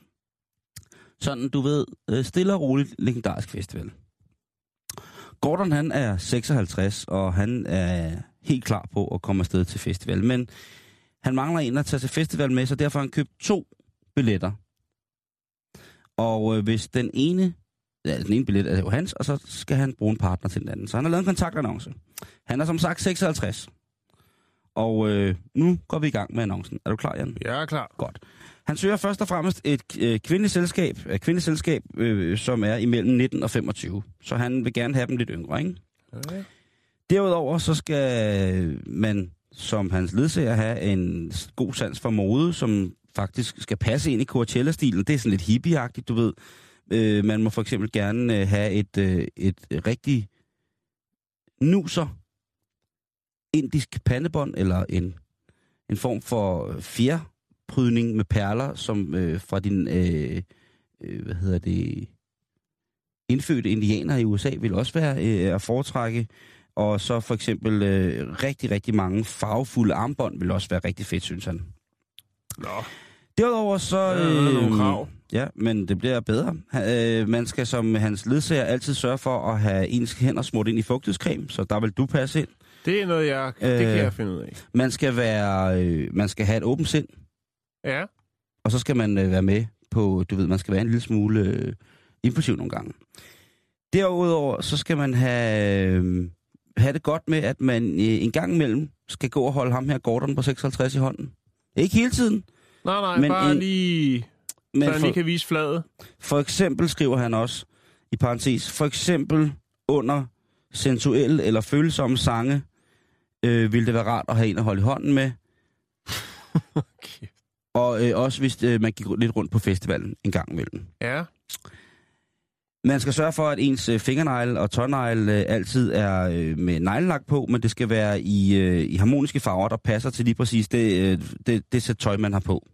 Sådan, du ved, stille og roligt legendarisk festival. Gordon, han er seksoghalvtreds, og han er helt klar på at komme afsted til festival. Men han mangler en at tage til festival med, så derfor har han købt to billetter. Og øh, hvis den ene, ja, den ene billet er jo hans, og så skal han bruge en partner til den anden. Så han har lavet en kontaktannonce. Han er som sagt seksoghalvtreds. Og øh, nu går vi i gang med annoncen. Er du klar, Jan? Jeg er klar. Godt. Han søger først og fremmest et øh, kvindeligt selskab, et kvindeligt selskab øh, som er imellem nitten og femogtyve. Så han vil gerne have dem lidt yngre, ikke? Okay. Derudover så skal man som hans ledsager have en god sans for mode, som faktisk skal passe ind i Coachella-stilen. Det er sådan lidt hippieagtigt, du ved. Øh, man må for eksempel gerne øh, have et, øh, et rigtig nuser indisk pandebånd, eller en, en form for fjerprydning med perler, som øh, fra din, øh, øh, hvad hedder det, indfødte indianere i U S A vil også være øh, at foretrække. Og så for eksempel øh, rigtig, rigtig mange farvefulde armbånd vil også være rigtig fedt, synes han. Nå. Derudover så... Øh, øh, nogle krav. Ja, men det bliver bedre. Øh, man skal som hans ledsager altid sørge for at have ens hænder smurt ind i fugtighedscreme, så der vil du passe ind. Det er noget, jeg, det kan jeg finde ud af. Man skal være, øh, man skal have et åbent sind. Ja. Og så skal man øh, være med på, du ved, man skal være en lille smule øh, impulsiv nogle gange. Derudover så skal man have, øh, have det godt med, at man øh, en gang imellem skal gå og holde ham her Gordon på seksoghalvtreds i hånden. Ikke hele tiden. Nej, nej, men bare en, lige, men så han for, lige kan vise fladet. For eksempel skriver han også, i parentes, for eksempel under sensuelle eller følsomme sange, øh, ville det være rart at have en at holde i hånden med. Okay. Og øh, også hvis øh, man gik lidt rundt på festivalen en gang imellem. Ja. Man skal sørge for, at ens øh, fingernegle og tånegle øh, altid er øh, med neglelak på, men det skal være i, øh, i harmoniske farver, der passer til lige præcis det, øh, det, det sæt tøj, man har på.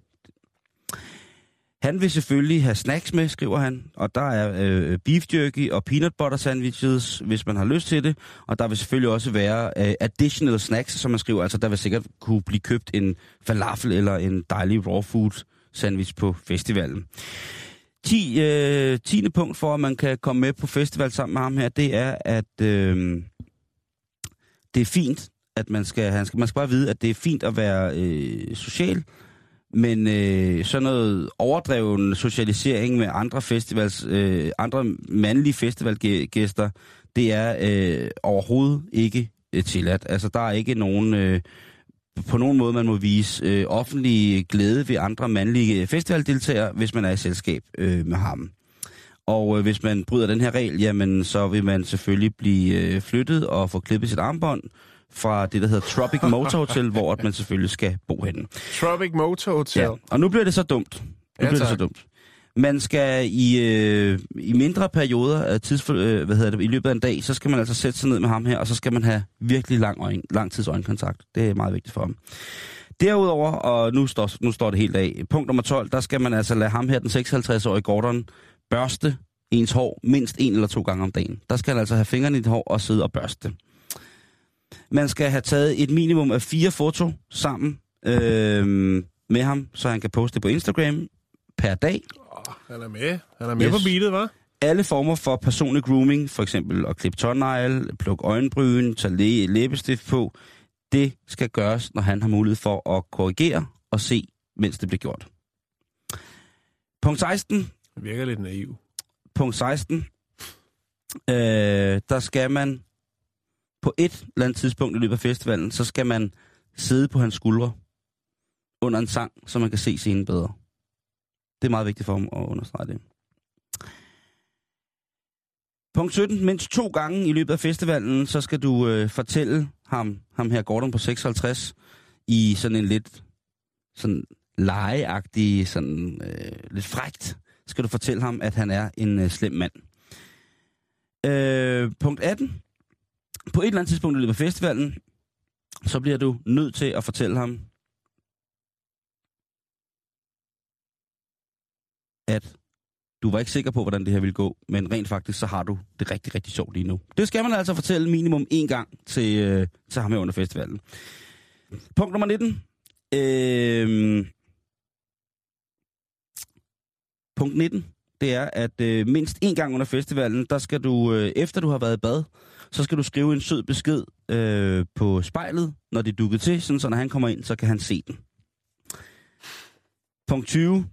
Han vil selvfølgelig have snacks med, skriver han, og der er øh, beef jerky og peanut butter sandwiches, hvis man har lyst til det. Og der vil selvfølgelig også være øh, additional snacks, som man skriver, altså der vil sikkert kunne blive købt en falafel eller en dejlig raw food sandwich på festivalen. ti, øh, tiende punkt for, at man kan komme med på festival sammen med ham her, det er, at øh, det er fint, at man skal, han skal, man skal bare vide, at det er fint at være øh, social. Men øh, sådan noget overdreven socialisering med andre festivals, øh, andre mandlige festivalgæster, det er øh, overhovedet ikke øh, tilladt. Altså der er ikke nogen, øh, på nogen måde man må vise øh, offentlig glæde ved andre mandlige festivaldeltagere, hvis man er i selskab øh, med ham. Og øh, hvis man bryder den her regel, jamen så vil man selvfølgelig blive øh, flyttet og få klippet sit armbånd fra det, der hedder Tropic Motor Hotel, hvor man selvfølgelig skal bo henne. Tropic Motor Hotel. Ja, og nu bliver det så dumt. Nu Ja, bliver det så dumt. Man skal i, øh, i mindre perioder af tidsfor, øh, hvad hedder det, i løbet af en dag, så skal man altså sætte sig ned med ham her, og så skal man have virkelig lang, øjen, lang tids øjenkontakt. Det er meget vigtigt for ham. Derudover, og nu står, nu står det helt af, punkt nummer tolv, der skal man altså lade ham her, den seksoghalvtreds-årige Gordon, børste ens hår mindst en eller to gange om dagen. Der skal han altså have fingrene i det hår og sidde og børste. Man skal have taget et minimum af fire foto sammen øh, med ham, så han kan poste det på Instagram per dag. Oh, han er med. Han er med yes. på beatet, hva'? Alle former for personlig grooming, for eksempel at klippe tårnegl, plukke øjenbryn, tage læ- læbestift på, det skal gøres, når han har mulighed for at korrigere og se, mens det bliver gjort. Punkt seksten. Det virker lidt naiv. Punkt seksten. Øh, der skal man på et eller andet tidspunkt i løbet af festivalen, så skal man sidde på hans skuldre under en sang, så man kan se scenen bedre. Det er meget vigtigt for ham at understrege det. Punkt sytten. Mindst to gange i løbet af festivalen, så skal du øh, fortælle ham, ham her Gordon på seksoghalvtreds, i sådan en lidt sådan legeagtig, sådan øh, lidt frækt, skal du fortælle ham, at han er en øh, slem mand. Øh, punkt atten. På et eller andet tidspunkt i løbet af festivalen, så bliver du nødt til at fortælle ham, at du var ikke sikker på, hvordan det her ville gå, men rent faktisk, så har du det rigtig, rigtig sjovt lige nu. Det skal man altså fortælle minimum én gang til, øh, til ham her under festivalen. Punkt nummer nitten. Øh, punkt nitten, det er, at øh, mindst én gang under festivalen, der skal du, øh, efter du har været i bad, så skal du skrive en sød besked øh, på spejlet, når det er dukket til, sådan så når han kommer ind, så kan han se den. Punkt tyve.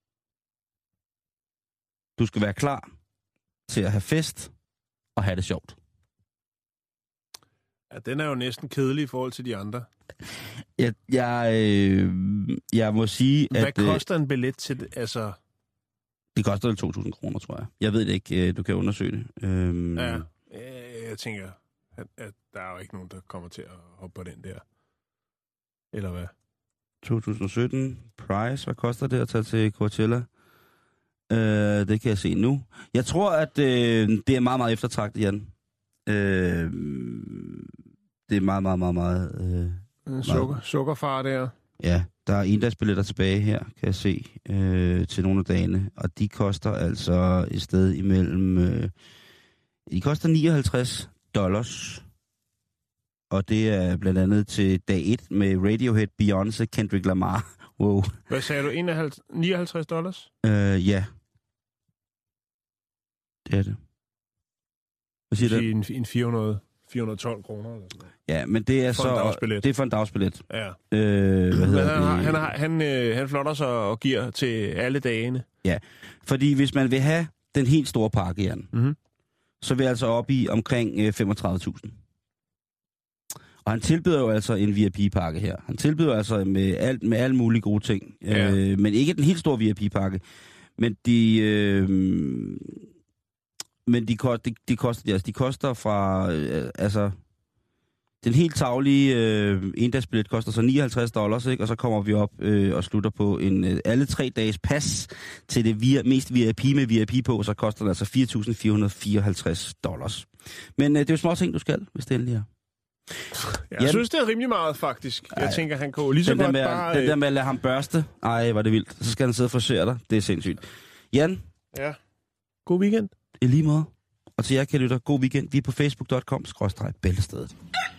Du skal være klar til at have fest og have det sjovt. Ja, den er jo næsten kedelig i forhold til de andre. Jeg, jeg, øh, jeg må sige, Hvad at... Hvad koster en billet til det? Altså... Det koster to tusind kroner, tror jeg. Jeg ved det ikke. Du kan undersøge det. Øhm... Ja, jeg tænker, at, at der er jo ikke nogen, der kommer til at hoppe på den der. Eller hvad? to tusind sytten. Price. Hvad koster det at tage til Coachella? Øh, det kan jeg se nu. Jeg tror, at øh, det er meget, meget eftertragtet, Jan. Øh, det er meget, meget, meget, meget... Øh, Sukker, meget... Sukkerfar der. Ja, der er endagsbilletter tilbage her, kan jeg se, øh, til nogle af dagene. Og de koster altså et sted imellem... Øh, de koster nioghalvtreds dollars. Og det er blandt andet til dag et med Radiohead, Beyoncé, Kendrick Lamar. Wow. Hvad sagde du? nioghalvtreds dollars? Øh, ja. Det er det. Hvad siger du? En, en fire hundrede, fire hundrede og tolv kroner eller sådan noget. Ja, men det er for så... Det er for en dagsbillet. Ja. Øh, hvad men han, han, han, han, øh, han flotter sig og giver til alle dagene. Ja, fordi hvis man vil have den helt store pakke, Jan, mm-hmm. så vil jeg altså op i omkring øh, femogtredive tusind. Og han tilbyder jo altså en V I P-pakke her. Han tilbyder altså med, alt, med alle mulige gode ting. Ja. Øh, men ikke den helt store V I P-pakke. Men de... Øh, men de, de, de, koster, altså, de koster fra... Øh, altså... Den helt taglige øh, endagsbillet koster så nioghalvtreds dollars, ikke? Og så kommer vi op øh, og slutter på en øh, alle tre dages pas til det via, mest V I P med V I P på, så koster det altså fire tusind fire hundrede og fireoghalvtreds dollars. Men øh, det er jo små ting, du skal, hvis det endelig er. Jeg Jan, synes, det er rimelig meget, faktisk. Jeg ej, tænker, han kunne lige så godt med, bare... Den der med at lade ham børste, ej, var det vildt. Så skal han sidde og frisere dig. Det er sindssygt. Jan? Ja? God weekend. I lige måde. Og til jer, kan lytte, god weekend. Vi er på facebook punktum com skråstreg bæltestedet.